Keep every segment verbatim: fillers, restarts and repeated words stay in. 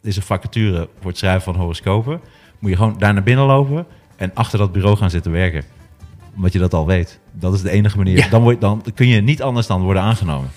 is een vacature voor het schrijven van horoscopen. Moet je gewoon daar naar binnen lopen en achter dat bureau gaan zitten werken. Omdat je dat al weet. Dat is de enige manier. Ja. Dan, word, dan kun je niet anders dan worden aangenomen.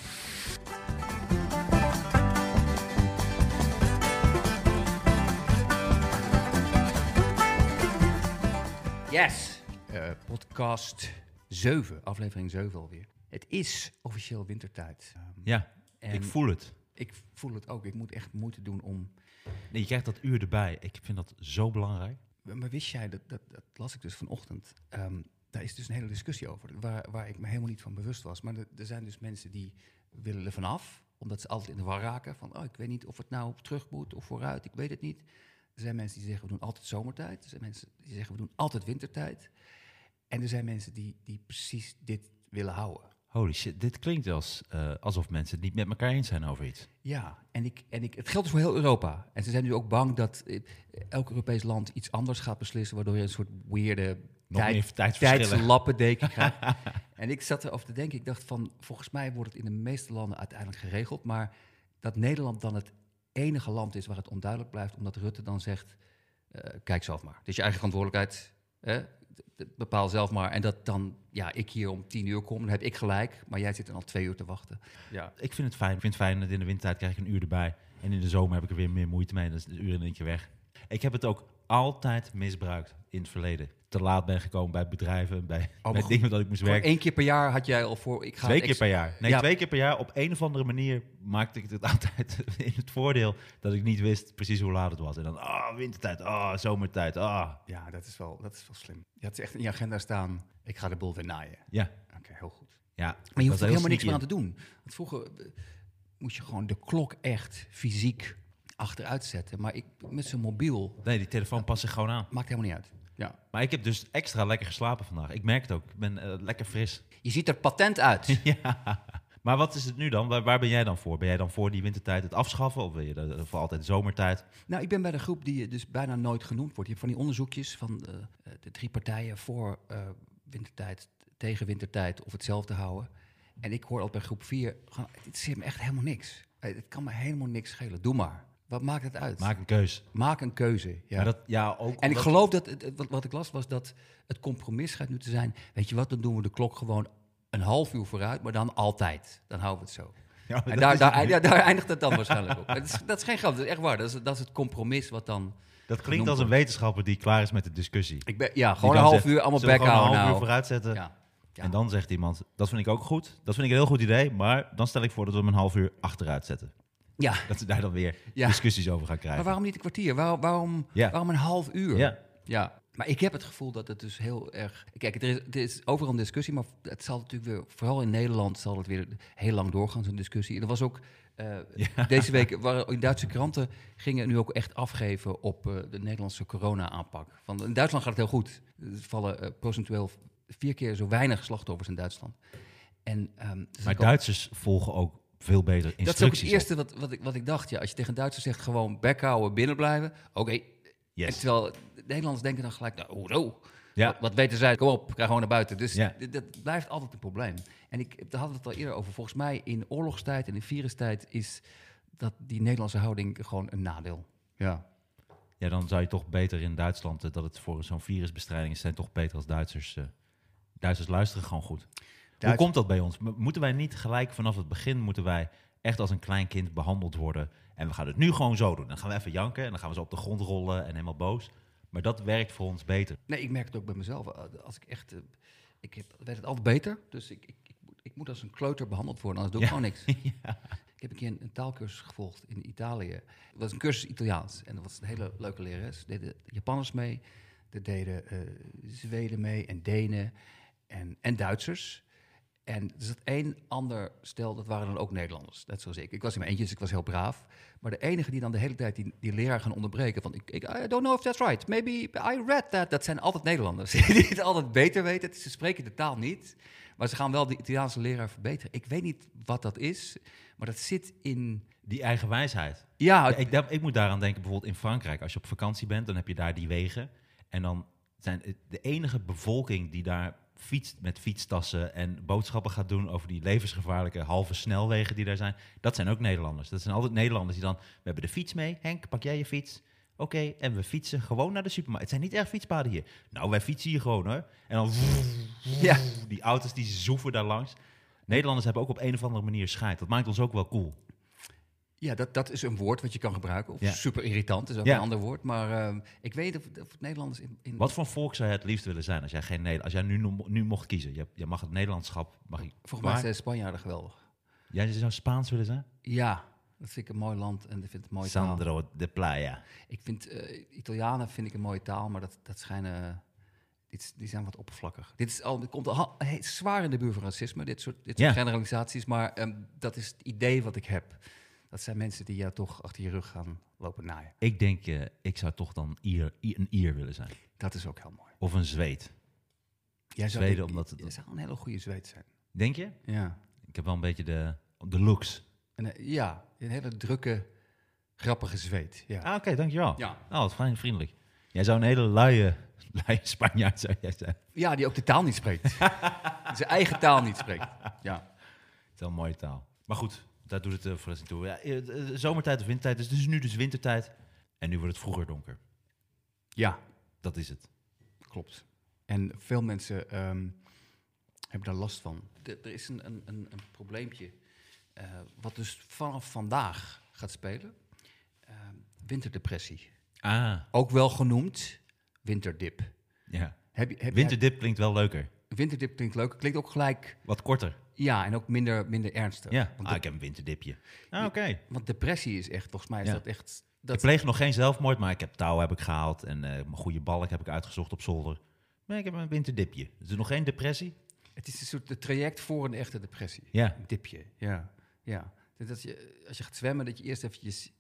Yes! Uh, podcast zeven, aflevering zeven alweer. Het is officieel wintertijd. Um, ja, ik voel het. Ik voel het ook. Ik moet echt moeite doen om... Nee, je krijgt dat uur erbij. Ik vind dat zo belangrijk. Maar wist jij, dat, dat, dat las ik dus vanochtend... Um, daar is dus een hele discussie over, waar, waar ik me helemaal niet van bewust was. Maar er, er zijn dus mensen die willen er vanaf, omdat ze altijd in de war raken. Van, oh, ik weet niet of het nou terug moet of vooruit, ik weet het niet. Er zijn mensen die zeggen, we doen altijd zomertijd. Er zijn mensen die zeggen, we doen altijd wintertijd. En er zijn mensen die, die precies dit willen houden. Holy shit, dit klinkt als, uh, alsof mensen het niet met elkaar eens zijn over iets. Ja, en, ik, en ik, het geldt dus voor heel Europa. En ze zijn nu ook bang dat uh, elk Europees land iets anders gaat beslissen, waardoor je een soort weirde tijd, tijdslappendeken krijgt. En ik zat erover te denken, ik dacht van, volgens mij wordt het in de meeste landen uiteindelijk geregeld, maar dat Nederland dan het enige land is waar het onduidelijk blijft, omdat Rutte dan zegt, uh, kijk zelf maar. Het is je eigen verantwoordelijkheid, hè? Bepaal zelf maar. En dat dan, ja, ik hier om tien uur kom, dan heb ik gelijk, maar jij zit er al twee uur te wachten. Ja. Ik vind het fijn. Ik vind het fijn dat in de wintertijd krijg ik een uur erbij. En in de zomer heb ik er weer meer moeite mee. Dan is het uur in één keer weg. Ik heb het ook altijd misbruikt in het verleden. Te laat ben gekomen bij bedrijven, bij, oh, bij dingen dat ik moest werken. Eén keer per jaar had jij al voor... Ik ga twee ex- keer per jaar. Nee, ja. twee keer per jaar. Op een of andere manier maakte ik het altijd in het voordeel dat ik niet wist precies hoe laat het was. En dan, ah, oh, wintertijd, ah, oh, zomertijd, ah. Oh. Ja, dat is, wel, dat is wel slim. Je had echt in je agenda staan, ik ga de boel weer naaien. Ja. Oké, okay, heel goed. Ja, maar je hoeft er helemaal niks meer aan te doen. Want vroeger uh, moest je gewoon de klok echt fysiek achteruit zetten. Maar ik met zo'n mobiel... Nee, die telefoon past zich gewoon aan. Maakt helemaal niet uit. Ja. Maar ik heb dus extra lekker geslapen vandaag. Ik merk het ook. Ik ben uh, lekker fris. Je ziet er patent uit. Ja. Maar wat is het nu dan? Waar, waar ben jij dan voor? Ben jij dan voor die wintertijd het afschaffen? Of wil je de, voor altijd de zomertijd? Nou, ik ben bij de groep die dus bijna nooit genoemd wordt. Je hebt van die onderzoekjes van uh, de drie partijen voor uh, wintertijd, tegen wintertijd of hetzelfde houden. En ik hoor al bij groep vier, gewoon, het zit me echt helemaal niks. Het kan me helemaal niks schelen. Doe maar. Wat maakt het uit? Maak een keus. Maak een keuze, ja. Maar dat, ja ook en ik geloof dat, het, wat, wat ik las was dat het compromis gaat nu te zijn, weet je wat, dan doen we de klok gewoon een half uur vooruit, maar dan altijd. Dan houden we het zo. Ja, en daar, daar, ja, daar eindigt het dan waarschijnlijk op. Dat is, dat is geen grap, dat is echt waar. Dat is, dat is het compromis wat dan... Dat klinkt als een wetenschapper die klaar is met de discussie. Ik ben, ja, gewoon een half zegt, uur allemaal bek houden. Gewoon een half nou. uur vooruit zetten. Ja. Ja. En dan zegt iemand, dat vind ik ook goed. Dat vind ik een heel goed idee, maar dan stel ik voor dat we hem een half uur achteruit zetten. Ja. Dat ze daar dan weer ja. discussies over gaan krijgen. Maar waarom niet een kwartier? Waar, waarom, ja. waarom een half uur? Ja. ja. Maar ik heb het gevoel dat het dus heel erg... Kijk, er is, er is overal een discussie, maar het zal natuurlijk weer... Vooral in Nederland zal het weer heel lang doorgaan, zo'n discussie. Er was ook... Uh, ja. Deze week waren in Duitse kranten gingen nu ook echt afgeven op uh, de Nederlandse corona-aanpak. Van, in Duitsland gaat het heel goed. Er vallen uh, procentueel vier keer zo weinig slachtoffers in Duitsland. En, um, dus maar Duitsers ook, volgen ook veel beter instructies. Dat is ook het eerste wat, wat, ik, wat ik dacht. Ja, als je tegen een Duitser zegt gewoon bek houden, binnen blijven. Oké. Okay. Yes. En terwijl de Nederlanders denken dan gelijk, nou, hoezo? Ja. Wat, wat weten zij? Kom op, ga gewoon naar buiten. Dus ja. d- dat blijft altijd een probleem. En ik daar hadden we het al eerder over. Volgens mij in oorlogstijd en in virustijd is dat die Nederlandse houding gewoon een nadeel. Ja. Ja, dan zou je toch beter in Duitsland, uh, dat het voor zo'n virusbestrijding is, zijn toch beter als Duitsers. Uh, Duitsers luisteren gewoon goed. Duits- Hoe komt dat bij ons? Moeten wij niet gelijk vanaf het begin, moeten wij echt als een klein kind behandeld worden? En we gaan het nu gewoon zo doen. Dan gaan we even janken en dan gaan we zo op de grond rollen en helemaal boos. Maar dat werkt voor ons beter. Nee, ik merk het ook bij mezelf. Als ik echt, uh, ik heb, weet het altijd beter. Dus ik, ik, ik, moet, ik moet als een kleuter behandeld worden, anders doe ik ja. gewoon niks. Ja. Ik heb een keer een, een taalkursus gevolgd in Italië. Het was een cursus Italiaans. En dat was een hele leuke lerares. Er deden Japanners mee. Er deden uh, Zweden mee en Denen en, en Duitsers. En er zat één ander stel, dat waren dan ook Nederlanders. Net zoals ik. Ik was in mijn eentje, dus ik was heel braaf. Maar de enige die dan de hele tijd die, die leraar gaan onderbreken... van, ik, ik, I don't know if that's right. Maybe I read that. Dat zijn altijd Nederlanders. Die het altijd beter weten. Ze spreken de taal niet. Maar ze gaan wel de Italiaanse leraar verbeteren. Ik weet niet wat dat is, maar dat zit in... Die eigen wijsheid. Ja. ja ik, ik moet daaraan denken, bijvoorbeeld in Frankrijk. Als je op vakantie bent, dan heb je daar die wegen. En dan zijn de enige bevolking die daar fietst met fietstassen en boodschappen gaat doen over die levensgevaarlijke halve snelwegen die daar zijn. Dat zijn ook Nederlanders. Dat zijn altijd Nederlanders die dan, we hebben de fiets mee. Henk, pak jij je fiets? Oké, okay, en we fietsen gewoon naar de supermarkt. Het zijn niet erg fietspaden hier. Nou, wij fietsen hier gewoon hoor. En dan ja. die auto's die zoeven daar langs. Nederlanders hebben ook op een of andere manier scheid. Dat maakt ons ook wel cool. Ja, dat, dat is een woord wat je kan gebruiken. Of ja. super irritant is ook ja. een ander woord. Maar uh, ik weet of, of Nederlanders in, in... Wat voor volk zou je het liefst willen zijn als jij, geen Nederland, als jij nu, nu mocht kiezen? Je, je mag het Nederlandschap... Mag je, Volgens mij zijn Spanjaarden geweldig. Jij zou Spaans willen zijn? Ja, dat vind ik een mooi land en dat vind ik een mooie Sandro taal. de Playa. Ik vind uh, Italianen vind ik een mooie taal, maar dat, dat schijnen... Uh, dit, die zijn wat oppervlakkig. Dit, is al, dit komt al he, zwaar in de buurt van racisme, dit soort, dit soort ja. generalisaties. Maar um, dat is het idee wat ik heb. Dat zijn mensen die jou toch achter je rug gaan lopen naaien. Ik denk, uh, ik zou toch dan Ier, een Ier willen zijn. Dat is ook heel mooi. Of een Zweed. Jij zou, Zweden, ik, omdat het... Jij zou een hele goede Zweed zijn. Denk je? Ja. Ik heb wel een beetje de, de looks. En, uh, ja, een hele drukke, grappige Zweed. Ja. Ah, oké, okay, dankjewel. Ja. Oh, wat fijn, vriendelijk. Jij zou een hele luie, luie Spanjaard zou jij zijn. Ja, die ook de taal niet spreekt. Zijn eigen taal niet spreekt. Ja. Het is wel een mooie taal. Maar goed... Daar doet het uh, voor ons niet toe. Ja, uh, zomertijd of wintertijd. Dus het is nu dus wintertijd. En nu wordt het vroeger donker. Ja. Dat is het. Klopt. En veel mensen um, hebben daar last van. De, er is een, een, een, een probleempje. Uh, wat dus vanaf vandaag gaat spelen. Uh, winterdepressie. Ah. Ook wel genoemd winterdip. Ja. Heb je, heb winterdip jij... klinkt wel leuker. Winterdip klinkt leuk. Klinkt ook gelijk... Wat korter. Ja, en ook minder, minder ernstig. Ja, want ah, ik heb een winterdipje. Ah, oké. Okay. Want depressie is echt, volgens mij is ja. dat echt... Dat ik pleeg nog geen zelfmoord, maar ik heb touw heb ik gehaald en uh, mijn goede balk heb ik uitgezocht op zolder. Maar ik heb een winterdipje. Is er nog geen depressie? Het is een soort traject voor een echte depressie. Ja. Een dipje, ja. ja. Dat je, als je gaat zwemmen, dat je eerst eventjes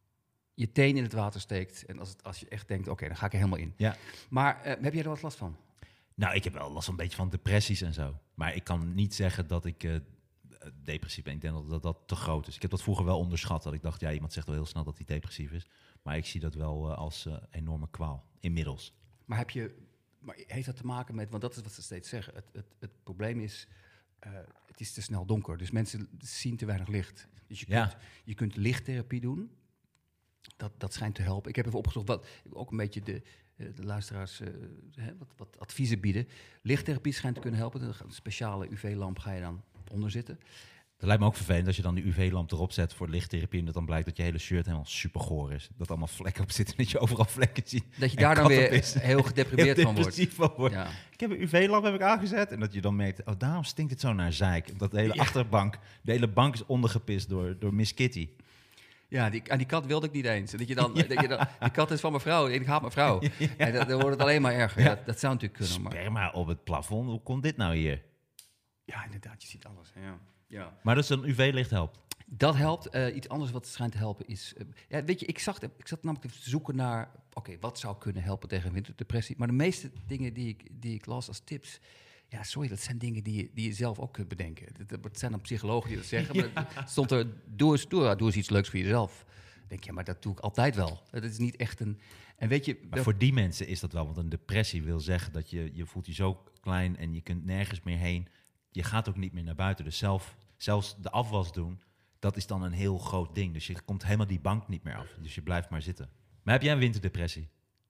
je teen in het water steekt. En als, het, als je echt denkt, oké, okay, dan ga ik er helemaal in. Ja. Maar uh, heb jij er wat last van? Nou, ik heb wel last een beetje van depressies en zo. Maar ik kan niet zeggen dat ik uh, depressief ben. Ik denk dat, dat dat te groot is. Ik heb dat vroeger wel onderschat. Dat ik dacht, ja, iemand zegt wel heel snel dat hij depressief is. Maar ik zie dat wel uh, als uh, enorme kwaal, inmiddels. Maar, heb je, maar heeft dat te maken met, want dat is wat ze steeds zeggen. Het, het, het probleem is, uh, het is te snel donker. Dus mensen zien te weinig licht. Dus je kunt, ja. je kunt lichttherapie doen. Dat, dat schijnt te helpen. Ik heb even opgezocht, wat, ook een beetje de... de luisteraars uh, hè, wat, wat adviezen bieden. Lichttherapie schijnt te kunnen helpen. Een speciale U V-lamp ga je dan onder zitten. Dat lijkt me ook vervelend als je dan die U V-lamp erop zet voor lichttherapie en dat dan blijkt dat je hele shirt helemaal super goor is. Dat allemaal vlekken op zitten en dat je overal vlekken ziet. Dat je daar dan weer is. heel gedeprimeerd heel van wordt. Van wordt. Ja. Ik heb een U V-lamp heb ik aangezet en dat je dan merkt, oh daarom stinkt het zo naar zeik. Dat de hele ja. achterbank, de hele bank is ondergepist door, door Miss Kitty. Ja, die, aan die kat wilde ik niet eens. Dat je dan, ja. dat je dan, die kat is van mijn vrouw, ik haat mijn vrouw. Ja. En dan, dan wordt het alleen maar erger. Ja. Dat, dat zou natuurlijk kunnen. Maar... Sperma op het plafond, hoe komt dit nou hier? Ja, inderdaad, je ziet alles. Ja. Ja. Maar dus een U V-licht helpt? Dat helpt. Uh, iets anders wat schijnt te helpen is... Uh, ja, weet je, ik, zag, ik zat namelijk te zoeken naar... Oké, okay, wat zou kunnen helpen tegen winterdepressie? Maar de meeste dingen die ik, die ik las als tips... Ja, sorry, dat zijn dingen die je, die je zelf ook kunt bedenken. Het zijn dan psychologen die dat zeggen. Ja. Maar het stond er, doe eens, doe, doe eens iets leuks voor jezelf. Dan denk je, ja, maar dat doe ik altijd wel. Het is niet echt een... En weet je, maar wel, voor die mensen is dat wel, want een depressie wil zeggen dat je, je voelt je zo klein en je kunt nergens meer heen. Je gaat ook niet meer naar buiten. Dus zelf, zelfs de afwas doen, dat is dan een heel groot ding. Dus je komt helemaal die bank niet meer af. Dus je blijft maar zitten. Maar heb jij een winterdepressie?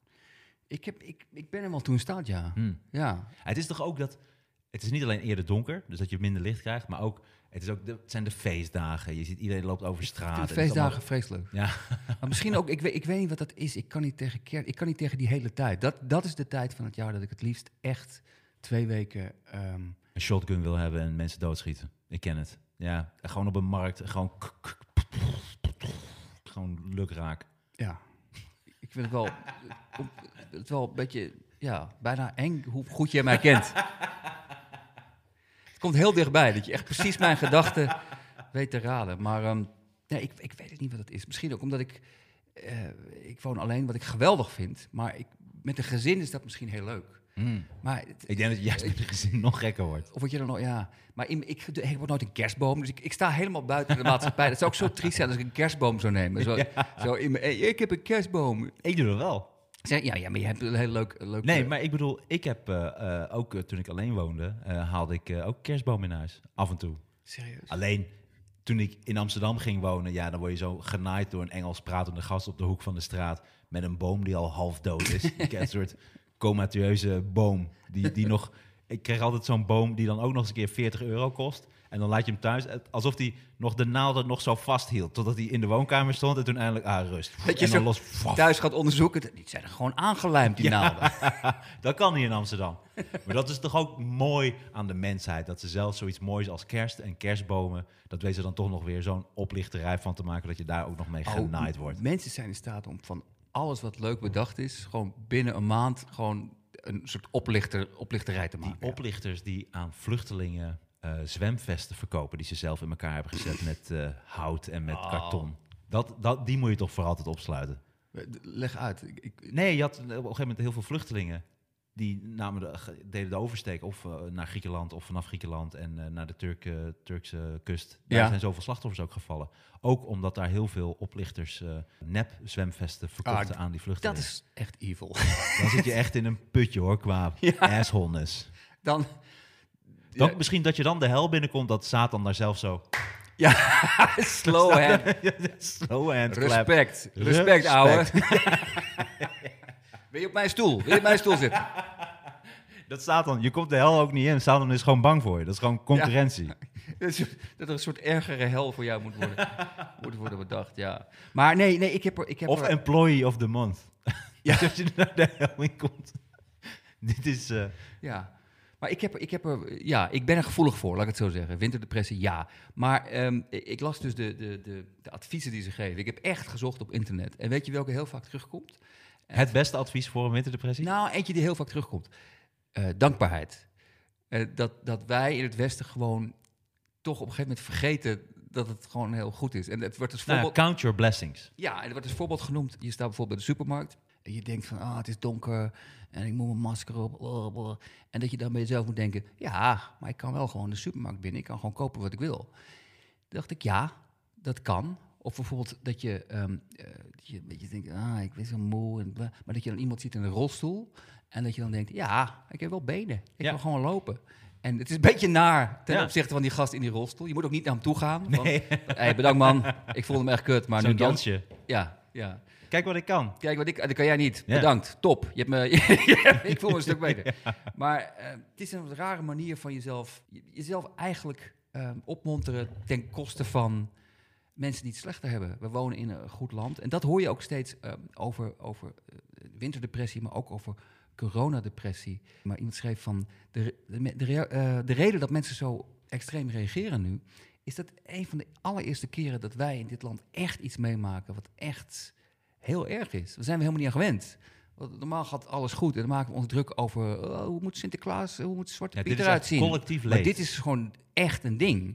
Ik, heb, ik, ik ben er wel toe in staat, ja. Hmm. ja. Het is toch ook dat... Het is niet alleen eerder donker, dus dat je minder licht krijgt, maar ook... Het, is ook de, het zijn de feestdagen. Je ziet iedereen loopt over straat. Ik vind feestdagen allemaal... vreselijk. Ja. Maar misschien ook... Ik weet, ik weet niet wat dat is. Ik kan niet tegen kerst... Ik kan niet tegen die hele tijd. Dat, dat is de tijd van het jaar dat ik het liefst echt twee weken... Um... Een shotgun wil hebben en mensen doodschieten. Ik ken het. Ja, gewoon op een markt. Gewoon... Gewoon lukraak. Ja. Ik vind het wel... Het wel een beetje... Ja, bijna eng hoe goed je mij kent. Het komt heel dichtbij, dat je echt precies mijn gedachten weet te raden. Maar um, nee, ik, ik weet het niet wat het is. Misschien ook omdat ik... Uh, ik woon alleen, wat ik geweldig vind. Maar ik, met een gezin is dat misschien heel leuk. Mm. Maar het, ik denk dat je juist met een gezin nog gekker wordt. Of word je dan nog... Ja, maar in, ik, ik word nooit een kerstboom. Dus ik, ik sta helemaal buiten de maatschappij. Dat zou ook zo triest zijn als ik een kerstboom zou nemen. Zo, ja. zo in mijn, ik heb een kerstboom. Ik doe dat wel. Zeg, ja, ja, maar je hebt een heel leuk... leuk Nee, maar ik bedoel, ik heb uh, uh, ook uh, toen ik alleen woonde, uh, haalde ik uh, ook kerstboom in huis. Af en toe. Serieus? Alleen toen ik in Amsterdam ging wonen, ja, dan word je zo genaaid door een Engels pratende gast op de hoek van de straat met een boom die al half dood is. Ik heb een soort comateuze boom die, die nog... Ik kreeg altijd zo'n boom die dan ook nog eens een keer veertig euro kost. En dan laat je hem thuis, alsof hij nog de naalden nog zo vasthield. Totdat hij in de woonkamer stond en toen eindelijk, ah, rust. Dat je en dan zo los, thuis gaat onderzoeken. Die zijn er gewoon aangelijmd, die ja, naalden. Dat kan niet in Amsterdam. Maar dat is toch ook mooi aan de mensheid. Dat ze zelf zoiets moois als kerst en kerstbomen... dat weten ze dan toch nog weer zo'n oplichterij van te maken... dat je daar ook nog mee genaaid oh, wordt. Mensen zijn in staat om van alles wat leuk bedacht is... gewoon binnen een maand gewoon een soort oplichter, oplichterij te maken. Die oplichters die aan vluchtelingen... Uh, zwemvesten verkopen die ze zelf in elkaar hebben gezet met uh, hout en met oh. karton. Dat, dat, die moet je toch voor altijd opsluiten. Leg uit. Ik, ik... Nee, je had op een gegeven moment heel veel vluchtelingen... die namen de, deden de oversteek of uh, naar Griekenland of vanaf Griekenland... en uh, naar de Turk, uh, Turkse kust. Daar ja. zijn zoveel slachtoffers ook gevallen. Ook omdat daar heel veel oplichters uh, nep zwemvesten verkochten ah, aan die vluchtelingen. Dat is echt evil. Dan zit je echt in een putje hoor, qua ja. assholeness. Dan... Dan, ja. Misschien dat je dan de hel binnenkomt, dat Satan daar zelf zo... Ja, slow hand. slow hand Respect. Respect, Respect. ouwe. Wil je op mijn stoel? Wil je op mijn stoel zitten? Dat Satan, je komt de hel ook niet in. Satan is gewoon bang voor je. Dat is gewoon concurrentie. Ja. Dat er een soort ergere hel voor jou moet worden, moet worden bedacht, ja. Maar nee, nee, ik heb er... Ik heb of er... employee of the month. Ja. Dat je naar de hel in komt. Dit is... Uh... Ja. Maar ik, heb, ik, heb er, ja, ik ben er gevoelig voor, laat ik het zo zeggen. Winterdepressie, ja. Maar um, ik las dus de, de, de, de adviezen die ze geven. Ik heb echt gezocht op internet. En weet je welke heel vaak terugkomt? Het beste advies voor een winterdepressie? Nou, eentje die heel vaak terugkomt. Uh, dankbaarheid. Uh, dat, dat wij in het Westen gewoon toch op een gegeven moment vergeten dat het gewoon heel goed is. En het wordt als voorbeeld... Nou, count your blessings. Ja, en er wordt als voorbeeld genoemd. Je staat bijvoorbeeld bij de supermarkt. En je denkt van, ah, het is donker en ik moet mijn masker op. Blablabla. En dat je dan bij jezelf moet denken, ja, maar ik kan wel gewoon de supermarkt binnen. Ik kan gewoon kopen wat ik wil. Toen dacht ik, ja, dat kan. Of bijvoorbeeld dat je, um, uh, dat je, dat je denkt, ah, ik ben zo moe. En bla, maar dat je dan iemand ziet in een rolstoel. En dat je dan denkt, ja, ik heb wel benen. Ik ja. kan gewoon lopen. En het is een beetje naar ten ja. opzichte van die gast in die rolstoel. Je moet ook niet naar hem toe gaan. Nee. Van, hey, bedankt man, ik voelde me echt kut. Maar Zo'n dansje. Ja, ja. Kijk wat ik kan. Kijk wat ik dat kan jij niet. Ja. Bedankt. Top. Je hebt me, ik voel me een stuk beter. Ja. Maar uh, het is een rare manier van jezelf, jezelf eigenlijk uh, opmonteren ten koste van mensen die het slechter hebben. We wonen in een goed land. En dat hoor je ook steeds uh, over, over uh, winterdepressie, maar ook over coronadepressie. Maar iemand schreef van de, de, de, uh, de reden dat mensen zo extreem reageren nu, is dat een van de allereerste keren dat wij in dit land echt iets meemaken wat echt heel erg is. Daar zijn we helemaal niet aan gewend. Want normaal gaat alles goed en dan maken we ons druk over oh, hoe moet Sinterklaas, hoe moet Zwarte ja, Piet eruit zien. Collectief leed. Maar dit is gewoon echt een ding.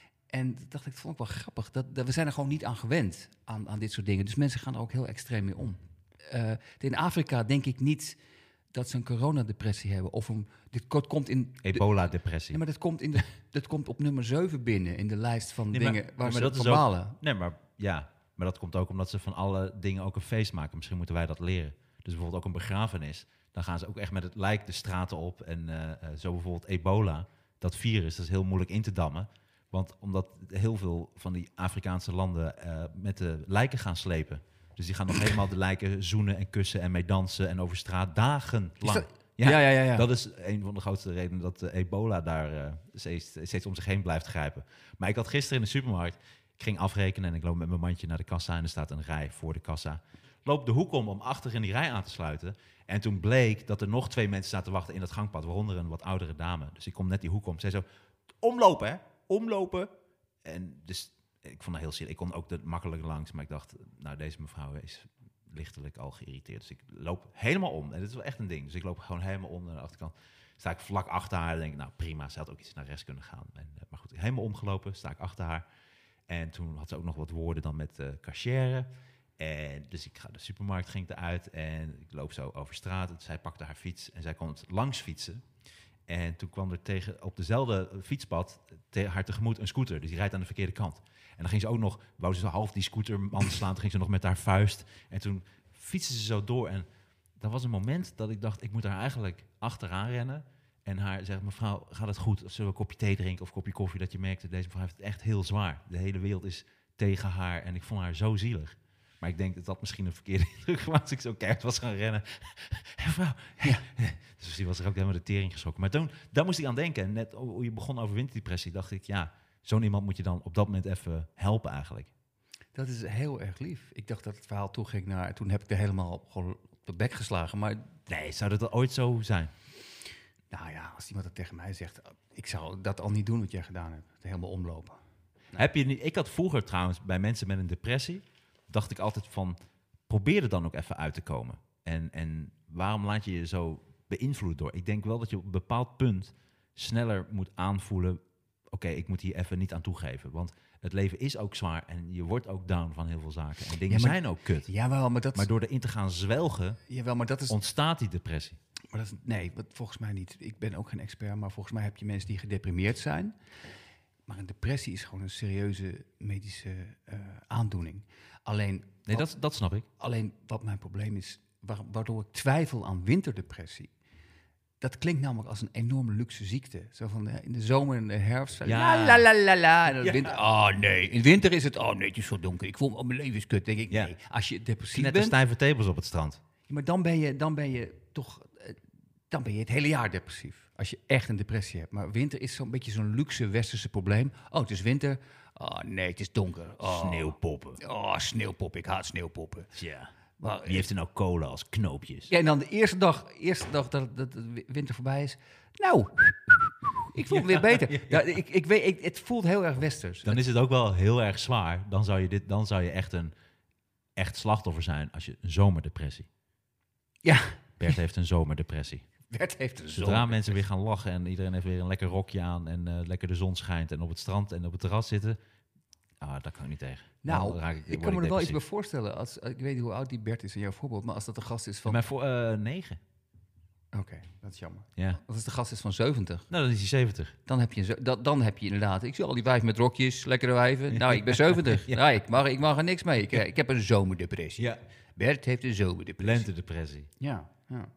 En dat dacht ik, dat vond ik wel grappig. Dat, dat we zijn er gewoon niet aan gewend aan, aan dit soort dingen. Dus mensen gaan er ook heel extreem mee om. Uh, in Afrika denk ik niet dat ze een coronadepressie hebben. Of een, dit komt in... Ebola-depressie. Nee, maar dat komt, in de, dat komt op nummer zeven binnen in de lijst van nee, dingen maar, waar nee, ze dat van is balen. Ook, nee, maar ja, maar dat komt ook omdat ze van alle dingen ook een feest maken. Misschien moeten wij dat leren. Dus bijvoorbeeld ook een begrafenis. Dan gaan ze ook echt met het lijk de straten op. En uh, uh, zo bijvoorbeeld ebola, dat virus, dat is heel moeilijk in te dammen. Want omdat heel veel van die Afrikaanse landen uh, met de lijken gaan slepen. Dus die gaan nog helemaal de lijken zoenen en kussen en mee dansen en over straat dagenlang. Dat, ja, ja, ja, ja, ja. Dat is een van de grootste redenen dat uh, ebola daar uh, steeds, steeds om zich heen blijft grijpen. Maar ik had gisteren in de supermarkt, ik ging afrekenen en ik loop met mijn mandje naar de kassa en er staat een rij voor de kassa. Loop de hoek om om achter in die rij aan te sluiten. En toen bleek dat er nog twee mensen zaten te wachten in dat gangpad, waaronder een wat oudere dame. Dus ik kom net die hoek om. Zij zo, omlopen hè, omlopen. En dus ik vond dat heel zielig. Ik kon ook er makkelijk langs, maar ik dacht, nou deze mevrouw is lichtelijk al geïrriteerd. Dus ik loop helemaal om. En dit is wel echt een ding. Dus ik loop gewoon helemaal om naar de achterkant. Sta ik vlak achter haar en denk ik, nou prima, ze had ook iets naar rechts kunnen gaan. En, maar goed, helemaal omgelopen, sta ik achter haar. En toen had ze ook nog wat woorden dan met de cashier. En dus ik ga de supermarkt, ging eruit en ik loop zo over straat. Zij pakte haar fiets en zij kon het langs fietsen. En toen kwam er tegen, op dezelfde fietspad te, haar tegemoet een scooter. Dus die rijdt aan de verkeerde kant. En dan ging ze ook nog, wou ze zo half die scooterman slaan. Toen ging ze nog met haar vuist. En toen fietste ze zo door. En dat was een moment dat ik dacht, ik moet haar eigenlijk achteraan rennen. En haar zeggen, mevrouw, gaat het goed? Of zullen we een kopje thee drinken of een kopje koffie? Dat je merkte, deze mevrouw heeft het echt heel zwaar. De hele wereld is tegen haar en ik vond haar zo zielig. Maar ik denk dat dat misschien een verkeerde indruk was. Als ik zo keihard was gaan rennen. Mevrouw, ja. Dus die was er ook helemaal de tering geschrokken. Maar toen, daar moest ik aan denken. En net hoe je begon over winterdepressie, dacht ik, ja, zo'n iemand moet je dan op dat moment even helpen eigenlijk. Dat is heel erg lief. Ik dacht dat het verhaal toeging naar... Toen heb ik er helemaal gewoon op de bek geslagen. Maar nee, zou dat ooit zo zijn? Nou ja, als iemand dat tegen mij zegt... Ik zou dat al niet doen wat jij gedaan hebt. Het helemaal omlopen. Nou. Heb je niet, ik had vroeger trouwens bij mensen met een depressie... dacht ik altijd van... probeer er dan ook even uit te komen. En, en waarom laat je je zo beïnvloeden door? Ik denk wel dat je op een bepaald punt... sneller moet aanvoelen... oké, okay, ik moet hier even niet aan toegeven. Want het leven is ook zwaar... en je wordt ook down van heel veel zaken. En dingen ja, maar, zijn ook kut. Jawel, maar, dat, maar door erin te gaan zwelgen... Jawel, maar dat is, ontstaat die depressie. Maar dat is, nee, volgens mij niet. Ik ben ook geen expert, maar volgens mij heb je mensen die gedeprimeerd zijn. Maar een depressie is gewoon een serieuze medische uh, aandoening. Alleen, nee, wat, dat, dat snap ik. Alleen wat mijn probleem is, waardoor ik twijfel aan winterdepressie. Dat klinkt namelijk als een enorme luxe ziekte. Zo van de, in de zomer en de herfst. Ja. La la la la la. En in de ja. winter, oh nee. In de winter is het, oh nee, het is zo donker. Ik voel oh, mijn leven is kut. Denk ik, ja. nee. Als je depressief net bent... Net de stijve tepels op het strand. Ja, maar dan ben je, dan ben je toch... Dan ben je het hele jaar depressief. Als je echt een depressie hebt. Maar winter is zo'n beetje zo'n luxe westerse probleem. Oh, het is winter. Oh nee, het is donker. Oh. Sneeuwpoppen. Oh, sneeuwpoppen. Ik haat sneeuwpoppen. Ja. Maar, wie heeft er nou cola als knoopjes? Ja, en dan de eerste dag, eerste dag dat, dat de winter voorbij is. Nou, ik voel me weer beter. Ja, ja. Ja, ik, ik weet, ik, het voelt heel erg westers. Dan is het ook wel heel erg zwaar. Dan zou je, dit, dan zou je echt een echt slachtoffer zijn als je een zomerdepressie. Ja. Bert heeft een zomerdepressie. Bert heeft een Zodra mensen weer gaan lachen en iedereen heeft weer een lekker rokje aan en uh, lekker de zon schijnt en op het strand en op het terras zitten, ah, daar kan ik niet tegen. Nou, raak ik, ik kan me er wel iets bij voorstellen. Als, ik weet niet hoe oud die Bert is in jouw voorbeeld, maar als dat de gast is van... Maar voor uh, negen. Oké, okay, dat is jammer. Ja. Als de gast is van zeventig. Nou, dan is hij zeventig. Dan heb je, dan, dan heb je inderdaad... Ik zie al die wijven met rokjes, lekkere wijven. Nou, ik ben zeventig. ja. Nou, ik mag, ik mag er niks mee. Ik, ik heb een zomerdepressie. Ja. Bert heeft een zomerdepressie. Lentedepressie. Ja, ja.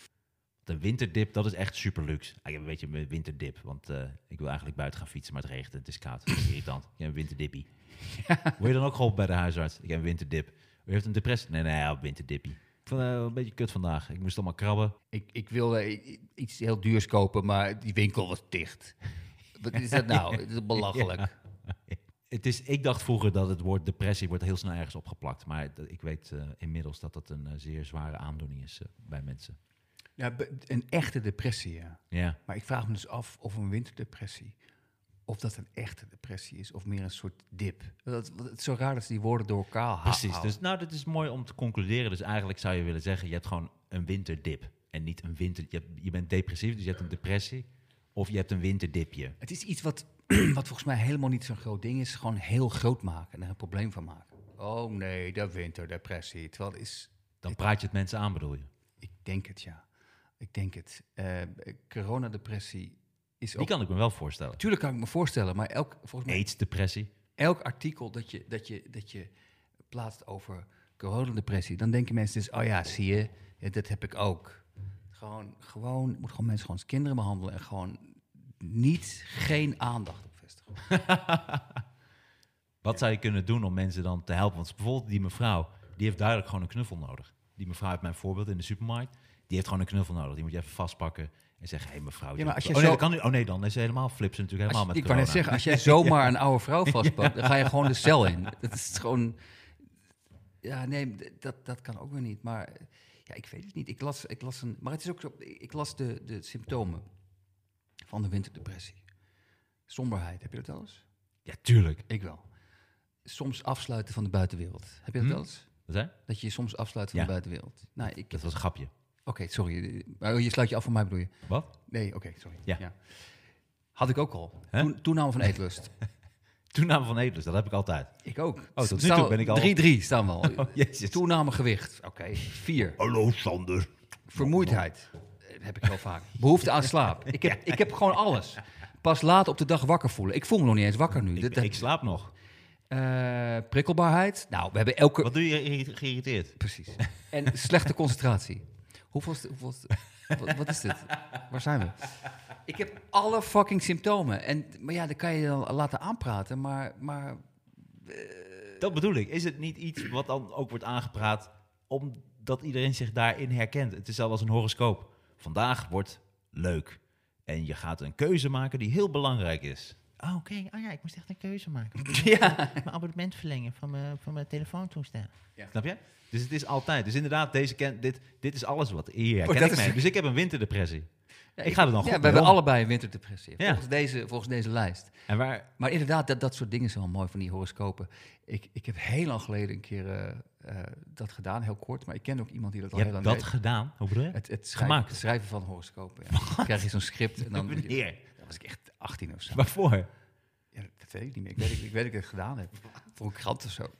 De winterdip, dat is echt super luxe. Ik heb een beetje een winterdip, want uh, ik wil eigenlijk buiten gaan fietsen, maar het regent en het is koud. Dat is irritant. Ik heb een winterdippie. Ja. Word je dan ook geholpen bij de huisarts? Ik heb een winterdip. U heeft een depressie? Nee, nee, ja, winterdippie. Ik vond het uh, een beetje kut vandaag. Ik moest allemaal krabben. Ik, ik wilde iets heel duurs kopen, maar die winkel was dicht. Wat is dat nou? Het is belachelijk. Ja. Het is, ik dacht vroeger dat het woord depressie wordt heel snel ergens opgeplakt. Maar ik weet uh, inmiddels dat dat een uh, zeer zware aandoening is uh, bij mensen. Ja, een echte depressie, ja. ja. Maar ik vraag me dus af of een winterdepressie... of dat een echte depressie is of meer een soort dip. Dat, het is zo raar dat ze die woorden door elkaar halen. Precies, dus nou, dat is mooi om te concluderen. Dus eigenlijk zou je willen zeggen, je hebt gewoon een winterdip. En niet een winter... Je, hebt, je bent depressief, dus je hebt een depressie. Of je hebt een winterdipje. Het is iets wat, wat volgens mij helemaal niet zo'n groot ding is. Gewoon heel groot maken en er een probleem van maken. Oh nee, de winterdepressie. Terwijl het is... Dan praat je het mensen aan, bedoel je? Ik denk het, ja. Ik denk het. Uh, coronadepressie is ook... Die kan ik me wel voorstellen. Tuurlijk kan ik me voorstellen, maar elk... volgens mij, AIDS-depressie. Elk artikel dat je, dat, je, dat je plaatst over coronadepressie, dan denken mensen dus, oh ja, zie je, ja, dat heb ik ook. Gewoon, gewoon, moet gewoon mensen gewoon als kinderen behandelen en gewoon niet, geen aandacht op vestigen. Wat ja. zou je kunnen doen om mensen dan te helpen? Want bijvoorbeeld die mevrouw, die heeft duidelijk gewoon een knuffel nodig. Die mevrouw uit mijn voorbeeld in de supermarkt, die heeft gewoon een knuffel nodig. Die moet je even vastpakken en zeggen, hé hey, mevrouw. Ja, maar als je oh, zo... nee, dat kan nu, oh nee, dan is ze helemaal flips natuurlijk helemaal als, met ik corona. Ik kan net zeggen, als jij zomaar een oude vrouw vastpakt, ja. dan ga je gewoon de cel in. Dat is gewoon... Ja, nee, dat, dat kan ook weer niet. Maar ja, ik weet het niet. Ik las, ik las een... Maar het is ook zo... Ik las de, de symptomen van de winterdepressie. Somberheid, heb je dat wel eens? Ja, tuurlijk. Ik wel. Soms afsluiten van de buitenwereld. Heb je dat hm? wel eens? Wat zei? Dat je je soms afsluit van ja. de buitenwereld. Nou, ik, dat was een grapje. Oké, okay, sorry. Maar je sluit je af van mij, bedoel je? Wat? Nee, oké, okay, sorry. Ja. ja. Had ik ook al. Huh? Toen, toename van eetlust. Toename van eetlust, dat heb ik altijd. Ik ook. Oh, tot nu toe ben ik al... drie drie staan we al. Oh, jezus. Toename gewicht. Oké, okay. vier. Hallo, Sander. Vermoeidheid. Dat heb ik wel vaak. Behoefte aan slaap. Ik heb, ik heb gewoon alles. Pas laat op de dag wakker voelen. Ik voel me nog niet eens wakker nu. Ik, dat, dat... ik slaap nog. Uh, prikkelbaarheid. Nou, we hebben elke... Wat doe je geïrriteerd? Precies. En slechte concentratie. Hoeveelste, hoeveelste, wat, wat is dit? Waar zijn we? Ik heb alle fucking symptomen. En, maar ja, dan kan je dan laten aanpraten, maar... maar uh... Dat bedoel ik. Is het niet iets wat dan ook wordt aangepraat omdat iedereen zich daarin herkent? Het is zelfs als een horoscoop. Vandaag wordt leuk. En je gaat een keuze maken die heel belangrijk is. Oh, oké. Okay. Oh ja, ik moest echt een keuze maken. Ja. Mijn abonnement verlengen van mijn, van mijn telefoontoestel. Ja. Snap je? Dus het is altijd. Dus inderdaad, deze ken, dit, dit is alles wat hier herken oh, ik mee. Dus ik heb een winterdepressie. Ja, ik, ik ga er dan goed ja, we hebben allebei een winterdepressie. Ja. Volgens, deze, volgens deze lijst. En waar, maar inderdaad, dat, dat soort dingen zijn wel mooi van die horoscopen. Ik, ik heb heel lang geleden een keer uh, uh, dat gedaan, heel kort. Maar ik ken ook iemand die dat al je heel lang deed. Je hebt dat gedaan? Hoe bedoel je? Het, het, schrijven, het schrijven van horoscopen. Ja. Dan krijg je zo'n script. En dan, Wanneer? Dan was ik echt achttien of zo. Waarvoor? Ja, dat weet ik niet meer. Ik weet, ik, ik weet dat ik het gedaan heb. Voor een krant of zo.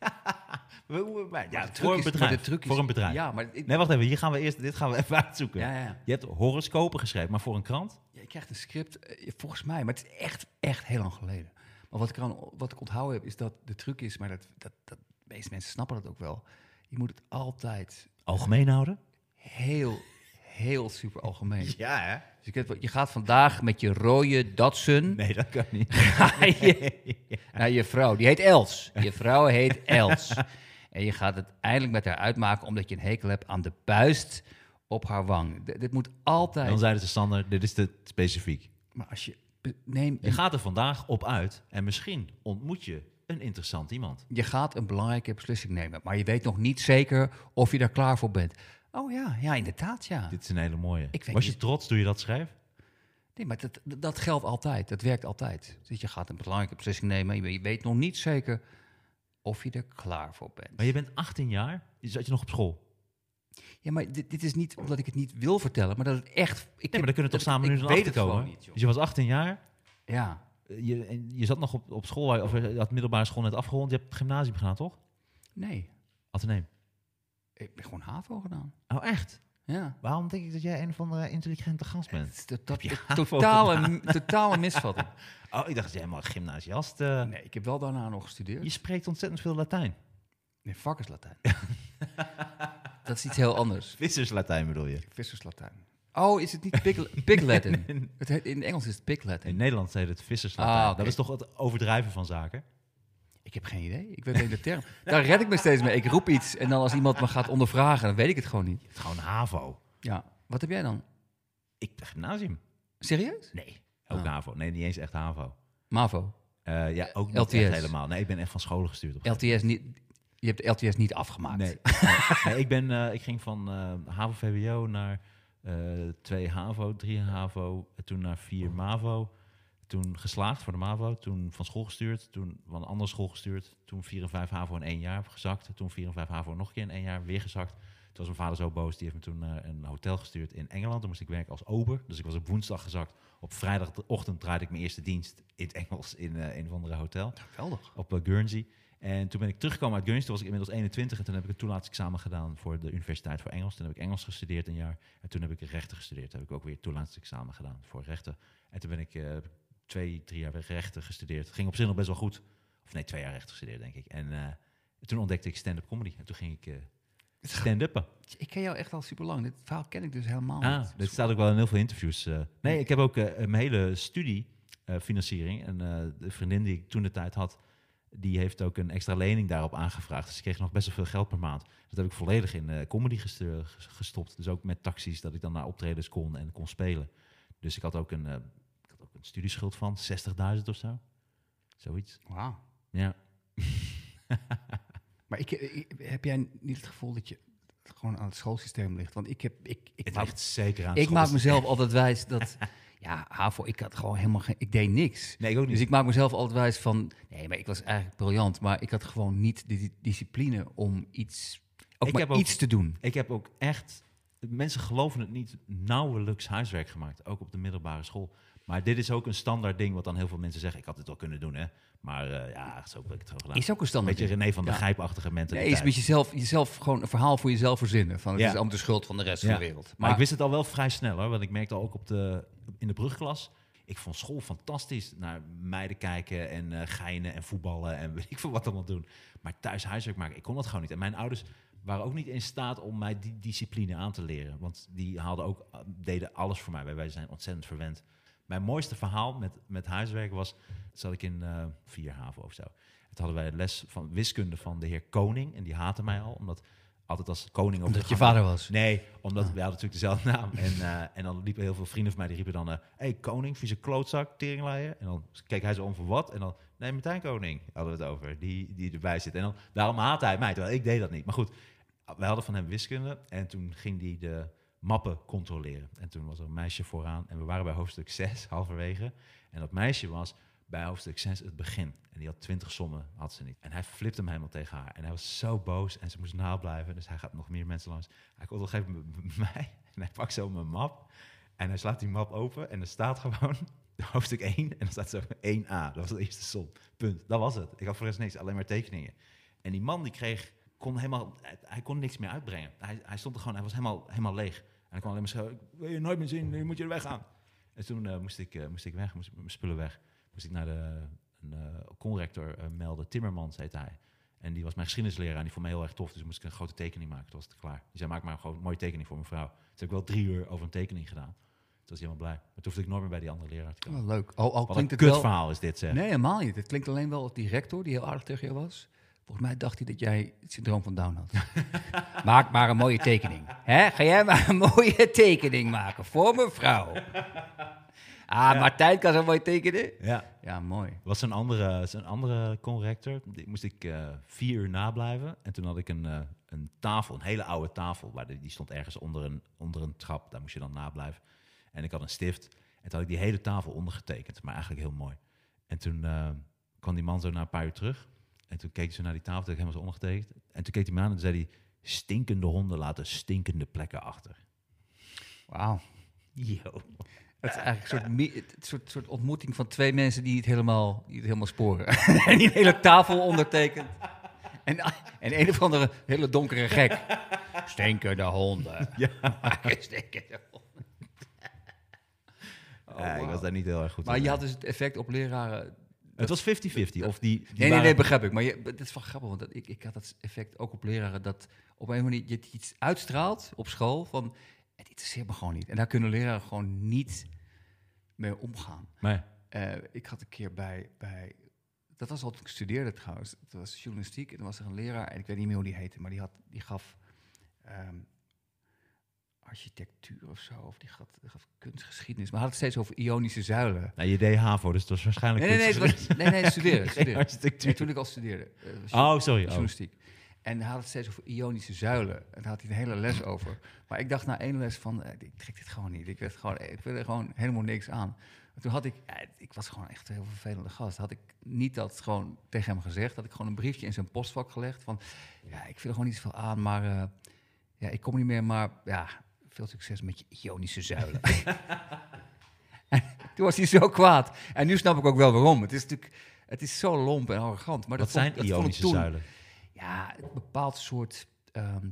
Ja, voor een bedrijf. Is, voor een bedrijf. Ja, maar ik, nee, wacht even. Hier gaan we eerst, dit gaan we even uitzoeken. Ja, ja. Je hebt horoscopen geschreven, maar voor een krant? Ja, je krijgt een script, volgens mij. Maar het is echt, echt heel lang geleden. Maar wat ik, aan, wat ik onthouden heb, is dat de truc is... Maar dat, dat, dat, de meeste mensen snappen dat ook wel. Je moet het altijd... Algemeen houden? Heel, heel super algemeen. Ja, hè? Dus ik heb, je gaat vandaag met je rode Datsun... Nee, dat kan niet. je, naar je vrouw. Die heet Els. Je vrouw heet Els. En je gaat het eindelijk met haar uitmaken... omdat je een hekel hebt aan de puist op haar wang. D- dit moet altijd... Dan zeiden ze, Sander, dit is te specifiek. Maar als je... Neem je gaat er vandaag op uit... en misschien ontmoet je een interessant iemand. Je gaat een belangrijke beslissing nemen... maar je weet nog niet zeker of je daar klaar voor bent. Oh ja, ja, inderdaad, ja. Dit is een hele mooie. Ik weet Was je niet. trots toen je dat schreef? Nee, maar dat, dat geldt altijd. Dat werkt altijd. Dus je gaat een belangrijke beslissing nemen... en je weet nog niet zeker of je er klaar voor bent. Maar je bent achttien jaar, zat je nog op school? Ja, maar dit, dit is niet omdat ik het niet wil vertellen... maar dat het echt... Ik nee, maar dan kunnen we toch samen nu dan achter komen? Niet, dus je was achttien jaar... Ja. Je, je zat nog op, op school, of je had middelbare school net afgerond. Je hebt het gymnasium gedaan, toch? Nee. Atheneum? Ik heb gewoon HAVO gedaan. Oh, echt? Ja. Waarom denk ik dat jij een of andere intelligente gast bent? Het is de, dat, je totale, totale misvatting. Oh, ik dacht dat jij helemaal gymnasiast... Uh... Nee, ik heb wel daarna nog gestudeerd. Je spreekt ontzettend veel Latijn. Nee, vakkerslatijn. Dat is iets heel anders. Visserslatijn bedoel je? Visserslatijn. Oh, is het niet Pig, pig Latin? Het heet, in Engels is het Pig Latin. In Nederland heet het Visserslatijn. Ah, okay. Dat is toch het overdrijven van zaken? Ik heb geen idee. Ik weet alleen de term. Daar red ik me steeds mee. Ik roep iets en dan als iemand me gaat ondervragen, dan weet ik het gewoon niet. Het is gewoon HAVO. Ja. Wat heb jij dan? Ik gymnasium. Serieus? Nee. Ook ah. HAVO. Nee, niet eens echt HAVO. MAVO? Uh, ja, ook niet L T S. Echt helemaal. Nee, ik ben echt van scholen gestuurd. L T S niet... Je hebt de L T S niet afgemaakt. Nee. nee. nee ik, ben, uh, ik ging van uh, HAVO-V W O naar uh, twee HAVO, drie HAVO, toen naar vier MAVO. Toen geslaagd voor de MAVO, toen van school gestuurd, toen van een andere school gestuurd, toen vier en vijf HAVO in één jaar gezakt, toen vier en vijf HAVO nog een keer in één jaar weer gezakt. Toen was mijn vader zo boos, die heeft me toen naar een hotel gestuurd in Engeland. Toen moest ik werken als ober, dus ik was op woensdag gezakt. Op vrijdagochtend draaide ik mijn eerste dienst in het Engels in uh, een of andere hotel. Geweldig. Op uh, Guernsey. En toen ben ik teruggekomen uit Guernsey, toen was ik inmiddels eenentwintig en toen heb ik het toelatingsexamen gedaan voor de Universiteit voor Engels. Toen heb ik Engels gestudeerd een jaar en toen heb ik rechten gestudeerd. Toen heb ik ook weer het toelatingsexamen gedaan voor rechten. En toen ben ik... Uh, twee, drie jaar rechten gestudeerd. Ging op zich nog best wel goed. Of nee, twee jaar rechten gestudeerd, denk ik. En uh, toen ontdekte ik stand-up comedy. En toen ging ik uh, stand-uppen. Ik ken jou echt al super lang. Dit verhaal ken ik dus helemaal ah, niet. Dit staat ook wel in heel veel interviews. Uh, nee, ik heb ook uh, mijn hele studiefinanciering. Uh, en uh, de vriendin die ik toen de tijd had, die heeft ook een extra lening daarop aangevraagd. Dus ik kreeg nog best wel veel geld per maand. Dat heb ik volledig in uh, comedy gestu- gestopt. Dus ook met taxis, dat ik dan naar optredens kon en kon spelen. Dus ik had ook een... Uh, een studieschuld van zestigduizend of zo. Zoiets. Wauw. Ja. Maar ik, ik, heb jij niet het gevoel dat je gewoon aan het schoolsysteem ligt? Want ik heb... Ik, ik het maak, ligt zeker aan het Ik maak mezelf altijd wijs dat... Ja, HAVO, ik had gewoon helemaal geen... Ik deed niks. Nee, ik ook niet. Dus ik maak mezelf altijd wijs van... Nee, maar ik was eigenlijk briljant. Maar ik had gewoon niet de discipline om iets... Ook ik maar heb ook, iets te doen. Ik heb ook echt... Mensen geloven het niet, nauwelijks huiswerk gemaakt. Ook op de middelbare school. Maar dit is ook een standaard ding wat dan heel veel mensen zeggen. Ik had het wel kunnen doen, hè. Maar uh, ja, zo heb ik het gewoon gedaan. Is ook een standaard. Beetje René van der ja. Gijp-achtige mentaliteit. Nee, is met jezelf, jezelf gewoon een verhaal voor jezelf verzinnen. Van het ja. is allemaal de schuld van de rest ja. van de wereld. Maar, maar ik wist het al wel vrij snel, hoor. Want ik merkte al ook op de, in de brugklas... Ik vond school fantastisch. Naar meiden kijken en uh, geinen en voetballen en weet ik veel wat allemaal doen. Maar thuis huiswerk maken, ik kon dat gewoon niet. En mijn ouders waren ook niet in staat om mij die discipline aan te leren. Want die haalden ook, deden alles voor mij. Wij, wij zijn ontzettend verwend. Mijn mooiste verhaal met, met huiswerk was... zat ik in uh, vier haven of zo. Toen hadden wij les van wiskunde van de heer Koning. En die haatte mij al, omdat... altijd als koning over Omdat je vader was? Nee, omdat ah. we hadden natuurlijk dezelfde naam. En, uh, en dan liepen heel veel vrienden van mij, die riepen dan... Hé, uh, hey, koning, vieze klootzak, teringleier. En dan keek hij zo om voor wat. En dan, nee, Martijn Koning hadden we het over, die, die erbij zit. En dan, daarom haatte hij mij, terwijl ik deed dat niet. Maar goed, wij hadden van hem wiskunde. En toen ging hij de mappen controleren. En toen was er een meisje vooraan. En we waren bij hoofdstuk zes, halverwege. En dat meisje was... bij hoofdstuk zes het begin. En die had twintig sommen, had ze niet. En hij flipte hem helemaal tegen haar. En hij was zo boos en ze moest nablijven. Dus hij gaat nog meer mensen langs. Hij komt op een gegeven moment bij mij en hij pakt zo mijn map. En hij slaat die map open en er staat gewoon hoofdstuk één. En er staat zo één a. Dat was de eerste som. Punt. Dat was het. Ik had voor rest niks, alleen maar tekeningen. En die man die kreeg, kon helemaal, hij kon niks meer uitbrengen. Hij, hij stond er gewoon, hij was helemaal, helemaal leeg. En hij kon alleen maar zeggen, wil je nooit meer zien, nu moet je er weggaan. En toen uh, moest, ik, uh, moest ik weg, moest mijn spullen weg. Moest ik naar de een, uh, conrector uh, melden. Timmermans heette hij. En die was mijn geschiedenisleraar en die vond me heel erg tof. Dus moest ik een grote tekening maken. Toen was het klaar. Die zei, maak maar gewoon een mooie tekening voor mijn vrouw. Dus heb ik wel drie uur over een tekening gedaan. Toen was hij helemaal blij. Maar toen hoefde ik nooit meer bij die andere leraar te komen. Oh, leuk. Al, al Wat klinkt een het wel... kutverhaal is dit, zeg. Nee, helemaal niet. Het klinkt alleen wel als die rector die heel aardig tegen je was. Volgens mij dacht hij dat jij het syndroom van Down had. Maak maar een mooie tekening. Hè? Ga jij maar een mooie tekening maken voor mijn vrouw. Ah, ja. Martijn kan zo mooi tekenen. Ja, ja mooi. Was een andere, een andere corrector. Die moest ik uh, vier uur nablijven. En toen had ik een, uh, een tafel, een hele oude tafel. Waar die, die stond ergens onder een, onder een trap. Daar moest je dan nablijven. En ik had een stift. En toen had ik die hele tafel ondergetekend. Maar eigenlijk heel mooi. En toen uh, kwam die man zo na een paar uur terug. En toen keek ze naar die tafel. Toen had ik helemaal zo ondergetekend. En toen keek hij me aan en zei hij... stinkende honden laten stinkende plekken achter. Wauw. Yo. Het is eigenlijk een soort, een soort, soort ontmoeting van twee mensen die het helemaal, die het helemaal sporen. En die een hele tafel ondertekent. En, en een of andere hele donkere gek. Stinkende honden. Ja. Stinkende honden. Oh, ja, wow. Ik was daar niet heel erg goed Maar in. je had dus het effect op leraren... Het was vijftig vijftig. Of die, die nee, nee, waren... nee, begrijp ik. Maar je, dat is wel grappig, want dat, ik, ik had dat effect ook op leraren... dat op een manier je iets uitstraalt op school van... het interesseert me gewoon niet. En daar kunnen leraren gewoon niet mee omgaan. Nee. Uh, ik had een keer bij, bij... Dat was al toen ik studeerde trouwens. Het was journalistiek en er was er een leraar... en ik weet niet meer hoe die heette, maar die, had, die gaf... Um, architectuur of zo, of die gaf, die gaf kunstgeschiedenis. Maar had het steeds over ionische zuilen. Nou, je deed HAVO, dus dat was waarschijnlijk... Nee, nee, nee, het was, nee, nee studeren. studeren. Architectuur. Nee, toen ik al studeerde. Uh, oh, sorry. Journalistiek. Oh. En hij had het steeds over ionische zuilen. En daar had hij een hele les over. Maar ik dacht na één les van, uh, ik trek dit gewoon niet. Ik, werd gewoon, ik wil er gewoon helemaal niks aan. En toen had ik, ja, ik was gewoon echt een heel vervelende gast. Had ik niet dat gewoon tegen hem gezegd. Had ik gewoon een briefje in zijn postvak gelegd van, ja, ik wil er gewoon niet zoveel aan, maar uh, ja, ik kom niet meer, maar ja, veel succes met je ionische zuilen. En toen was hij zo kwaad. En nu snap ik ook wel waarom. Het is natuurlijk, het is zo lomp en arrogant. Maar Wat dat zijn vond, ionische dat zuilen? Ja, een bepaald soort... Um,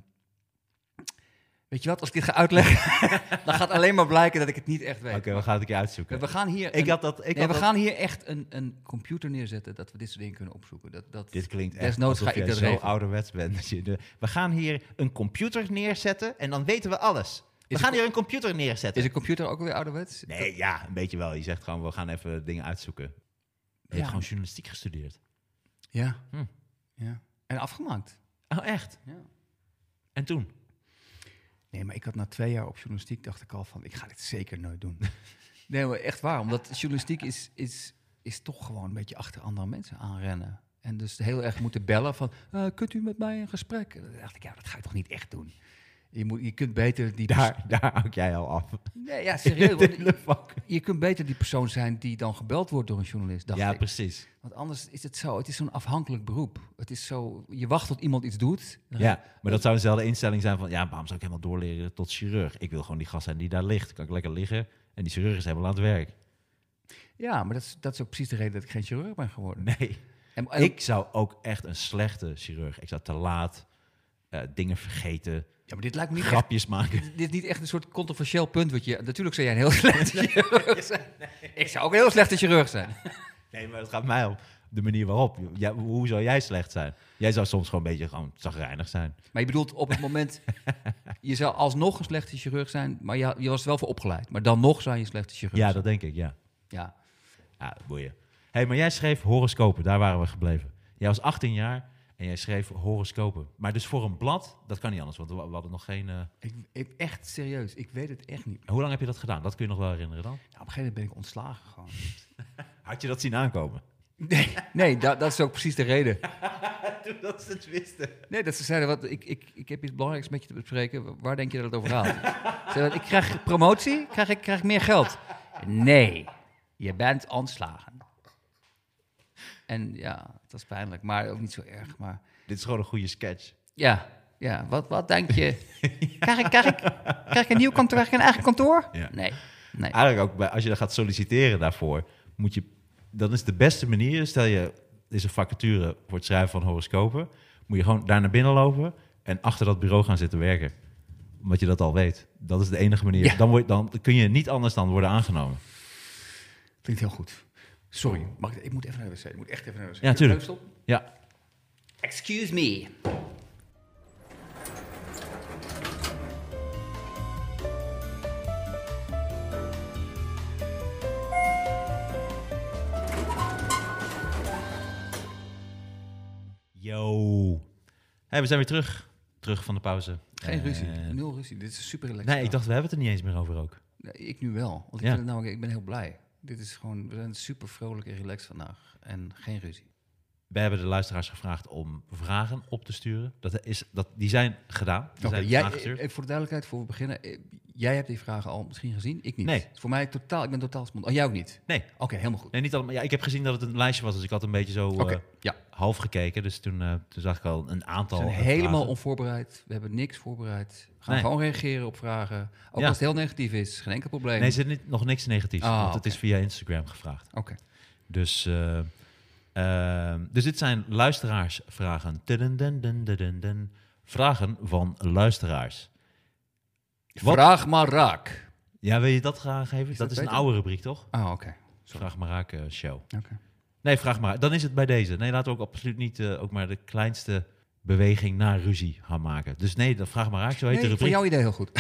weet je wat, als ik dit ga uitleggen... dan gaat alleen maar blijken dat ik het niet echt weet. Oké, okay, we gaan het een keer uitzoeken. We gaan hier, ik een, had dat, ik nee, had we dat... gaan hier echt een, een computer neerzetten... dat we dit soort dingen kunnen opzoeken. Dat, dat, dit klinkt echt alsof jij zo ouderwets bent. Dat je de, we gaan hier een computer neerzetten en dan weten we alles. We is gaan hier een computer neerzetten. Is een computer ook alweer ouderwets? Nee, ja, een beetje wel. Je zegt gewoon, we gaan even dingen uitzoeken. Je ja. hebt gewoon journalistiek gestudeerd. Ja. Hm. Ja. En afgemaakt. Oh, echt? Ja. En toen? Nee, maar ik had na twee jaar op journalistiek dacht ik al van, ik ga dit zeker nooit doen. Nee, maar echt waar. Omdat journalistiek is, is, is toch gewoon een beetje achter andere mensen aanrennen. En dus heel erg moeten bellen van, uh, kunt u met mij een gesprek? En dan dacht ik, ja, dat ga ik toch niet echt doen. Je, moet, je kunt beter die... Daar, daar hou jij al af. Nee, ja, serieus. Want je, je kunt beter die persoon zijn die dan gebeld wordt door een journalist, dacht ja, ik. precies. Want anders is het zo, het is zo'n afhankelijk beroep. Het is zo, je wacht tot iemand iets doet. Ja, maar dat zou dezelfde instelling zijn van, ja, waarom zou ik helemaal doorleren tot chirurg? Ik wil gewoon die gast zijn die daar ligt. Kan ik lekker liggen en die chirurg is helemaal aan het werk. Ja, maar dat is, dat is ook precies de reden dat ik geen chirurg ben geworden. Nee, en, en, ik zou ook echt een slechte chirurg. Ik zou te laat, uh, dingen vergeten... Ja, maar dit lijkt me niet grapjes echt, maken. Dit, dit is niet echt een soort controversieel punt. Wat je, natuurlijk zou jij een heel slechte chirurg zijn. Ik zou ook een heel slechte chirurg zijn. Nee, maar het gaat mij om. de manier waarop. Ja, hoe zou jij slecht zijn? Jij zou soms gewoon een beetje gewoon chagrijnig zijn. Maar je bedoelt op het moment... je zou alsnog een slechte chirurg zijn, maar je, je was er wel voor opgeleid. Maar dan nog zou je een slechte chirurg Ja, zijn. dat denk ik, ja. Ja. Ja, boeien. Hey, maar jij schreef horoscopen, daar waren we gebleven. Jij was achttien jaar en jij schreef horoscopen. Maar dus voor een blad, dat kan niet anders, want we, we hadden nog geen... Uh... Ik, ik, echt serieus, ik weet het echt niet. Hoe lang heb je dat gedaan? Dat kun je nog wel herinneren dan? Nou, op een gegeven moment ben ik ontslagen gewoon. Had je dat zien aankomen? Nee, nee dat, dat is ook precies de reden. Toen dat ze het wisten. Nee, dat ze zeiden, wat, ik, ik, ik heb iets belangrijks met je te bespreken. Waar denk je dat het over gaat? Ze zeiden, ik krijg promotie, krijg ik krijg meer geld. Nee, je bent ontslagen. En ja, dat is pijnlijk, maar ook niet zo erg. Maar Dit is gewoon een goede sketch. ja, ja wat, wat denk je? Krijg ik, krijg, ik, krijg ik een nieuw kantoor, krijg ik een eigen kantoor? Ja. Nee, nee. Eigenlijk ook, bij, als je dan gaat solliciteren daarvoor, moet je, dan is de beste manier, stel je, er is een vacature voor het schrijven van horoscopen, moet je gewoon daar naar binnen lopen en achter dat bureau gaan zitten werken. Omdat je dat al weet. Dat is de enige manier. Ja. Dan, word, dan kun je niet anders dan worden aangenomen. Klinkt heel goed. Sorry, mag ik, ik moet even naar de wc. Ik moet echt even naar de wc. Ja, tuurlijk. Stop. Ja. Excuse me. Yo. Hey, we zijn weer terug. Terug van de pauze. Geen Eh, ruzie. Nul ruzie. Dit is super relaxed. Nee, ik dacht, we hebben het er niet eens meer over ook. Nee, ik nu wel. Want ik, Ja. vind het namelijk, ik ben heel blij. Dit is gewoon, we zijn super vrolijk en relaxed vandaag. En geen ruzie. We hebben de luisteraars gevraagd om vragen op te sturen. Dat is, dat, die zijn gedaan. Die Oké, zijn jij, aangestuurd. eh, voor de duidelijkheid, voor we beginnen. eh, Jij hebt die vragen al misschien gezien, ik niet. Nee. Het is voor mij totaal, ik ben totaal spannend. Oh, jij ook niet? Nee. Oké, helemaal goed. Nee, niet allemaal. Ja, ik heb gezien dat het een lijstje was, dus ik had een beetje zo Oké, eh, ja. half gekeken. Dus toen, eh, toen zag ik al een aantal. We zijn eh, helemaal vragen. onvoorbereid. We hebben niks voorbereid. We gaan Nee. gewoon reageren op vragen. Ook Ja. als het heel negatief is, geen enkel probleem. Nee, er zit niet, nog niks negatiefs. Ah, want het oké. is via Instagram gevraagd. Oké. Dus, eh, eh, dus dit zijn luisteraarsvragen. Tudun-dun-dun-dun-dun. Vragen van luisteraars. Wat? Vraag maar raak. Ja, wil je dat graag geven? Is dat, dat is een beter? oude rubriek, toch? Ah, oké. Vraag maar raak eh, show. Oké. Nee, vraag maar. Dan is het bij deze. Nee, laten we ook absoluut niet eh, ook maar de kleinste beweging naar ruzie gaan maken. Dus nee, dan vraag maar raak. Zo heet de Nee, voor rubriek. jouw idee heel goed.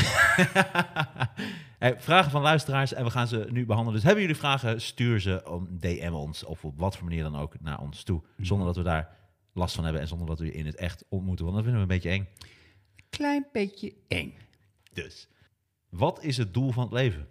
Hey, vragen van luisteraars en we gaan ze nu behandelen. Dus hebben jullie vragen, stuur ze, om D M ons of op wat voor manier dan ook naar ons toe. Mhm. Zonder dat we daar last van hebben en zonder dat we je in het echt ontmoeten. Want dat vinden we een beetje eng. Klein beetje eng. Dus, wat is het doel van het leven?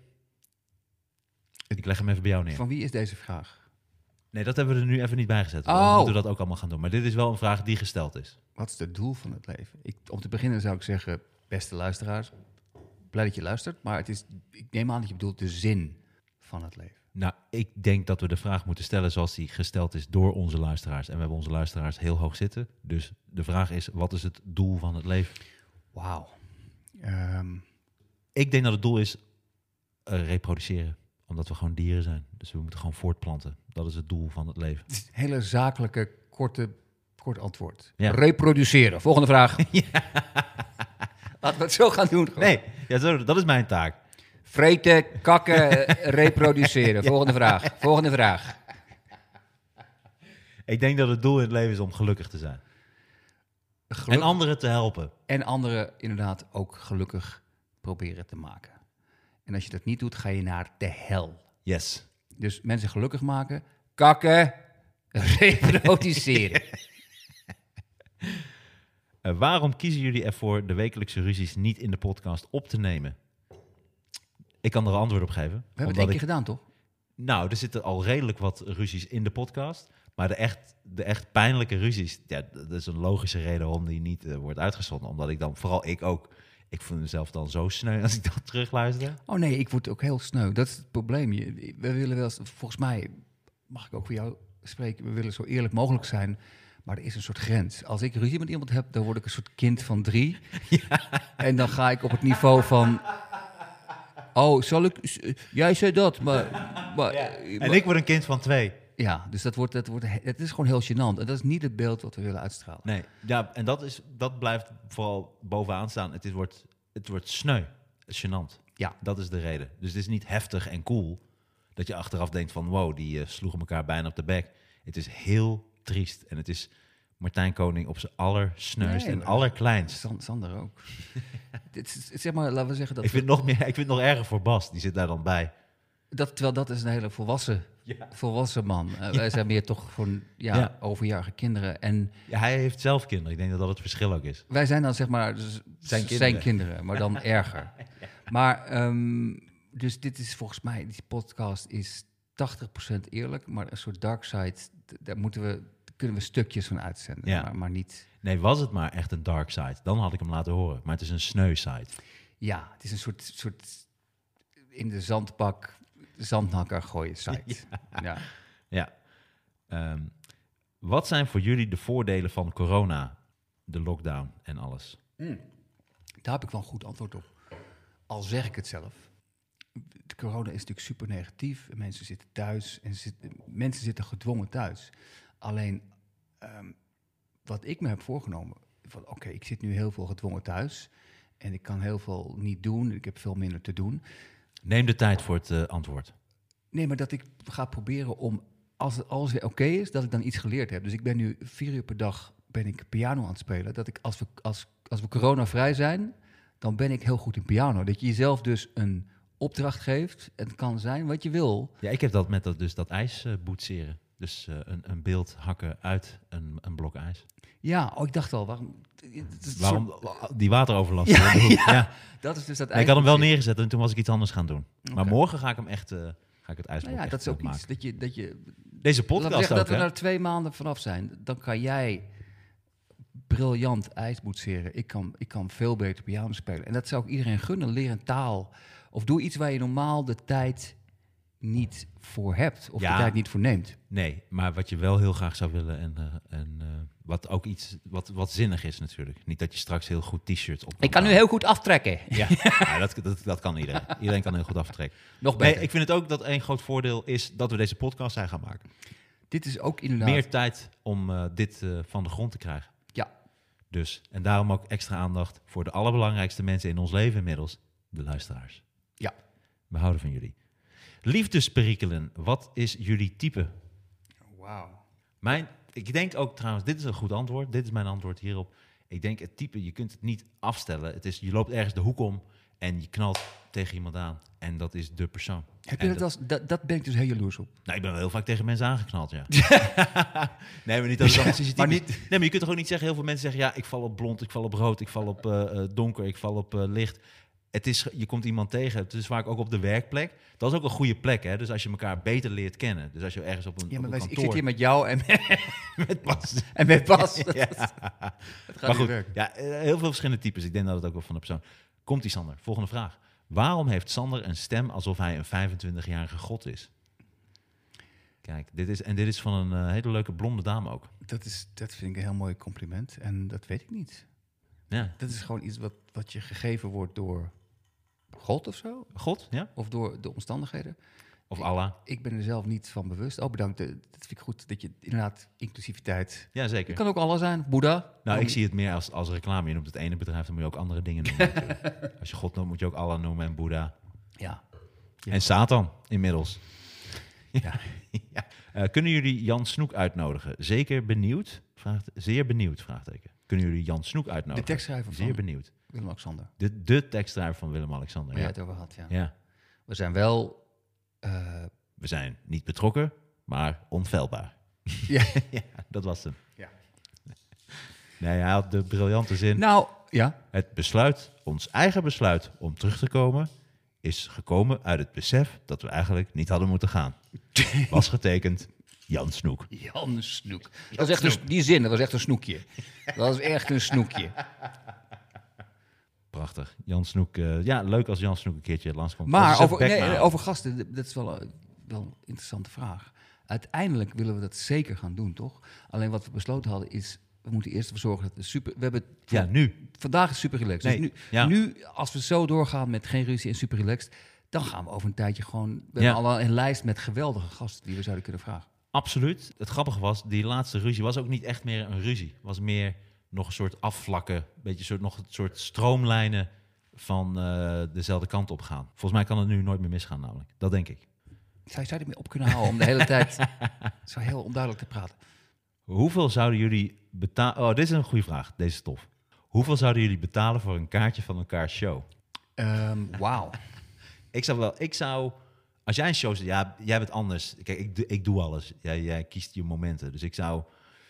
Ik leg hem even bij jou neer. Van wie is deze vraag? Nee, dat hebben we er nu even niet bij gezet. Dan Oh. moeten we dat ook allemaal gaan doen. Maar dit is wel een vraag die gesteld is. Wat is het doel van het leven? Ik, om te beginnen zou ik zeggen, beste luisteraars, blij dat je luistert. Maar het is, ik neem aan dat je bedoelt de zin van het leven. Nou, ik denk dat we de vraag moeten stellen zoals die gesteld is door onze luisteraars. En we hebben onze luisteraars heel hoog zitten. Dus de vraag is, wat is het doel van het leven? Wauw. Ehm, Ik denk dat het doel is uh, reproduceren. Omdat we gewoon dieren zijn. Dus we moeten gewoon voortplanten. Dat is het doel van het leven. het is een hele zakelijke, korte, kort antwoord. Ja. Reproduceren. Volgende vraag. Laten we het zo gaan doen. gewoon. Nee, ja, zo, dat is mijn taak. Vreten, kakken, eh, reproduceren. Volgende vraag. Volgende vraag. Ik denk dat het doel in het leven is om gelukkig te zijn. Geluk- En anderen te helpen. En anderen inderdaad ook gelukkig proberen te maken. En als je dat niet doet, ga je naar de hel. Yes. Dus mensen gelukkig maken, kakken, reproduceren. Uh, waarom kiezen jullie ervoor de wekelijkse ruzies niet in de podcast op te nemen? Ik kan er een antwoord op geven. We hebben het Omdat één keer ik- gedaan, toch? Nou, er zitten al redelijk wat ruzies in de podcast. Maar de echt, de echt pijnlijke ruzies, ja, dat is een logische reden waarom die niet uh, wordt uitgezonden. Omdat ik dan, vooral ik ook, ik voel mezelf dan zo sneu als ik dat terugluister. Oh nee, ik word ook heel sneu. Dat is het probleem. Je- We willen wel, eens- volgens mij, mag ik ook voor jou spreken, we willen zo eerlijk mogelijk zijn. Maar er is een soort grens. Als ik ruzie met iemand heb, dan word ik een soort kind van drie. En dan ga ik op het niveau van... Oh, zal ik... Jij zei dat, maar... maar, En maar- ik word een kind van twee. Ja, dus dat, wordt, dat, wordt, het is gewoon heel gênant. En dat is niet het beeld wat we willen uitstralen. Nee, ja, en dat, is, dat blijft vooral bovenaan staan. Het is, wordt, het wordt sneu, gênant. Ja. Dat is de reden. Dus het is niet heftig en cool dat je achteraf denkt van... wow, die uh, sloegen elkaar bijna op de bek. Het is heel triest. En het is Martijn Koning op zijn allersneust Nee, en maar- allerkleinst. San- Sander ook. Dit is, zeg maar, laten we zeggen dat... Ik vind, het nog meer, ik vind het nog erger voor Bas. Die zit daar dan bij. dat, terwijl dat is een hele volwassen, Ja. volwassen man. Uh, Wij zijn meer toch voor ja, Ja. overjarige kinderen. En Ja, hij heeft zelf kinderen. Ik denk dat dat het verschil ook is. wij zijn dan zeg maar dus Zijn zijn, kinderen. kinderen, maar dan erger. Maar ehm, dus dit is volgens mij, die podcast is tachtig procent eerlijk, maar een soort dark side, d- daar moeten we, kunnen we stukjes van uitzenden, Ja. maar, maar niet... Nee, was het maar echt een dark side, dan had ik hem laten horen. Maar het is een sneu side. Ja, het is een soort, soort in de zandbak, zandhakker gooien site. Ja. Ja. Ehm, wat zijn voor jullie de voordelen van corona? De lockdown en alles. Daar heb ik wel een goed antwoord op. Al zeg ik het zelf. De corona is natuurlijk super negatief. Mensen zitten thuis en zit, mensen zitten gedwongen thuis. Alleen ehm, wat ik me heb voorgenomen, van oké, ik zit nu heel veel gedwongen thuis en ik kan heel veel niet doen. Ik heb veel minder te doen. Neem de tijd voor het uh, antwoord. Nee, maar dat ik ga proberen om, als het alles weer oké is, dat ik dan iets geleerd heb. Dus ik ben nu vier uur per dag ben ik piano aan het spelen. Dat ik, als we, als, als we coronavrij zijn, dan ben ik heel goed in piano. Dat je jezelf dus een opdracht geeft. Het kan zijn wat je wil. Ja, ik heb dat met dat, dus dat ijs uh, boetseren. Dus uh, een, een beeld hakken uit een, een blok ijs. Ja, oh, ik dacht al, waarom... Het is een Waarom soort- die wateroverlast? Ja, in de hoek. ja. Ja. Dat is dus dat Nee, ik had hem wel ijsboetseren. neergezet en toen was ik iets anders gaan doen. Maar Oké. morgen ga ik hem echt, uh, ga ik het ijsblok Nou ja, echt dat is ook maken. iets dat je... Dat je Deze Laten we podcast zeggen ook, dat we hè? er twee maanden vanaf zijn. Dan kan jij briljant ijs boetseren. Ik kan, ik kan veel beter piano spelen. En dat zou ik iedereen gunnen. Leer een taal. Of doe iets waar je normaal de tijd niet voor hebt. Of Ja. de tijd niet voor neemt. Nee, maar wat je wel heel graag zou willen en, uh, en uh, wat ook iets wat, wat zinnig is natuurlijk. Niet dat je straks heel goed t-shirts op Ik kan nu heel goed aftrekken. Ja, ja dat, dat, dat kan iedereen. Iedereen kan heel goed aftrekken. Nog beter. Nee, ik vind het ook dat één groot voordeel is dat we deze podcast zijn gaan maken. Dit is ook inderdaad... Meer tijd om uh, dit uh, van de grond te krijgen. Ja. Dus, en daarom ook extra aandacht voor de allerbelangrijkste mensen in ons leven inmiddels, de luisteraars. Ja. We houden van jullie. Liefdesperikelen, wat is jullie type? Wauw. Mijn, ik denk ook trouwens, dit is een goed antwoord. Dit is mijn antwoord hierop. Ik denk het type, je kunt het niet afstellen. Het is, je loopt ergens de hoek om en je knalt tegen iemand aan. En dat is de persoon. Heb En je dat, als, dat, dat ben ik dus heel jaloers op. Nou, ik ben wel heel vaak tegen mensen aangeknald, ja. nee, maar niet dat het dan Maar niet. Nee, maar je kunt toch ook niet zeggen, heel veel mensen zeggen, ja, ik val op blond, ik val op rood, ik val op uh, uh, donker, ik val op uh, licht. Het is, je komt iemand tegen, het is vaak ook op de werkplek. Dat is ook een goede plek, hè. Dus als je elkaar beter leert kennen. Dus als je ergens op een, Ja, op maar een wij, ik kantoor... zit hier met jou en met Bas. en met Bas. Ja. Dat gaat Maar niet goed, werken. ja, uh, heel veel verschillende types. Ik denk dat het ook wel van de persoon... Komt-ie, Sander. Volgende vraag. Waarom heeft Sander een stem alsof hij een vijfentwintigjarige god is? Kijk, dit is, en dit is van een uh, hele leuke blonde dame ook. Dat, is, dat vind ik een heel mooi compliment. En dat weet ik niet. Ja. Dat is gewoon iets wat, wat je gegeven wordt door God of zo. God, ja? Of door de omstandigheden. Of Ik- Allah. Ik ben er zelf niet van bewust. Oh, bedankt. Eh, Dat vind ik goed. Dat je inderdaad inclusiviteit... Ja, zeker. Het kan ook Allah zijn. Boeddha. Nou, Dan- ik zie het meer als, als reclame. Je noemt het ene bedrijf, dan moet je ook andere dingen noemen. natuurlijk. Als je God noemt, moet je ook Allah noemen en Boeddha. Ja. Ja. En Satan, inmiddels. Ja. ja. Uh, kunnen jullie Jan Snoek uitnodigen? Zeker benieuwd? Vraagt, zeer benieuwd, vraagteken. Kunnen jullie Jan Snoek De uitnodigen? tekstschrijver Zeer van benieuwd. Willem-Alexander. De, de tekstschrijver van Willem-Alexander. Waar jij Ja. het over had, ja. ja. We zijn wel... eh, We zijn niet betrokken, maar onfeilbaar. ja. ja, dat was hem. Ja. Nee, hij had de briljante zin. Nou, ja. Het besluit, ons eigen besluit om terug te komen, is gekomen uit het besef dat we eigenlijk niet hadden moeten gaan. Was getekend Jan Snoek. Jan Snoek. Dat was echt een, die zin, dat was echt een snoekje. Dat was echt een snoekje. Prachtig. Jan Snoek, uh, ja, leuk als Jan Snoek een keertje langskomt. Maar Als hij over, zijn bek nee, maar over gasten, dat is wel, een- wel een interessante vraag. Uiteindelijk willen we dat zeker gaan doen, toch? Alleen wat we besloten hadden is, we moeten eerst ervoor zorgen dat we super... We hebben houdt. Ja, nu. Vandaag is super relaxed. Nee, dus nu, ja. nu, als we zo doorgaan met geen ruzie en super relaxed, dan gaan we over een tijdje gewoon... We Ja. hebben al een lijst met geweldige gasten die we zouden kunnen vragen. Absoluut. Het grappige was, die laatste ruzie was ook niet echt meer een ruzie. Was meer nog een soort afvlakken, een beetje soort, nog een soort stroomlijnen van uh, dezelfde kant op gaan. Volgens mij kan het nu nooit meer misgaan namelijk. Dat denk ik. Zou je ermee op kunnen houden om de hele tijd zo heel onduidelijk te praten? Hoeveel zouden jullie betalen... Oh, dit is een goede vraag. Deze is tof. Hoeveel zouden jullie betalen voor een kaartje van elkaars show? Um, Wauw. Ik zou wel... Ik zou... Als jij een show zit... Ja, jij bent anders. Kijk, ik, ik doe alles. Jij, jij kiest je momenten. Dus ik zou...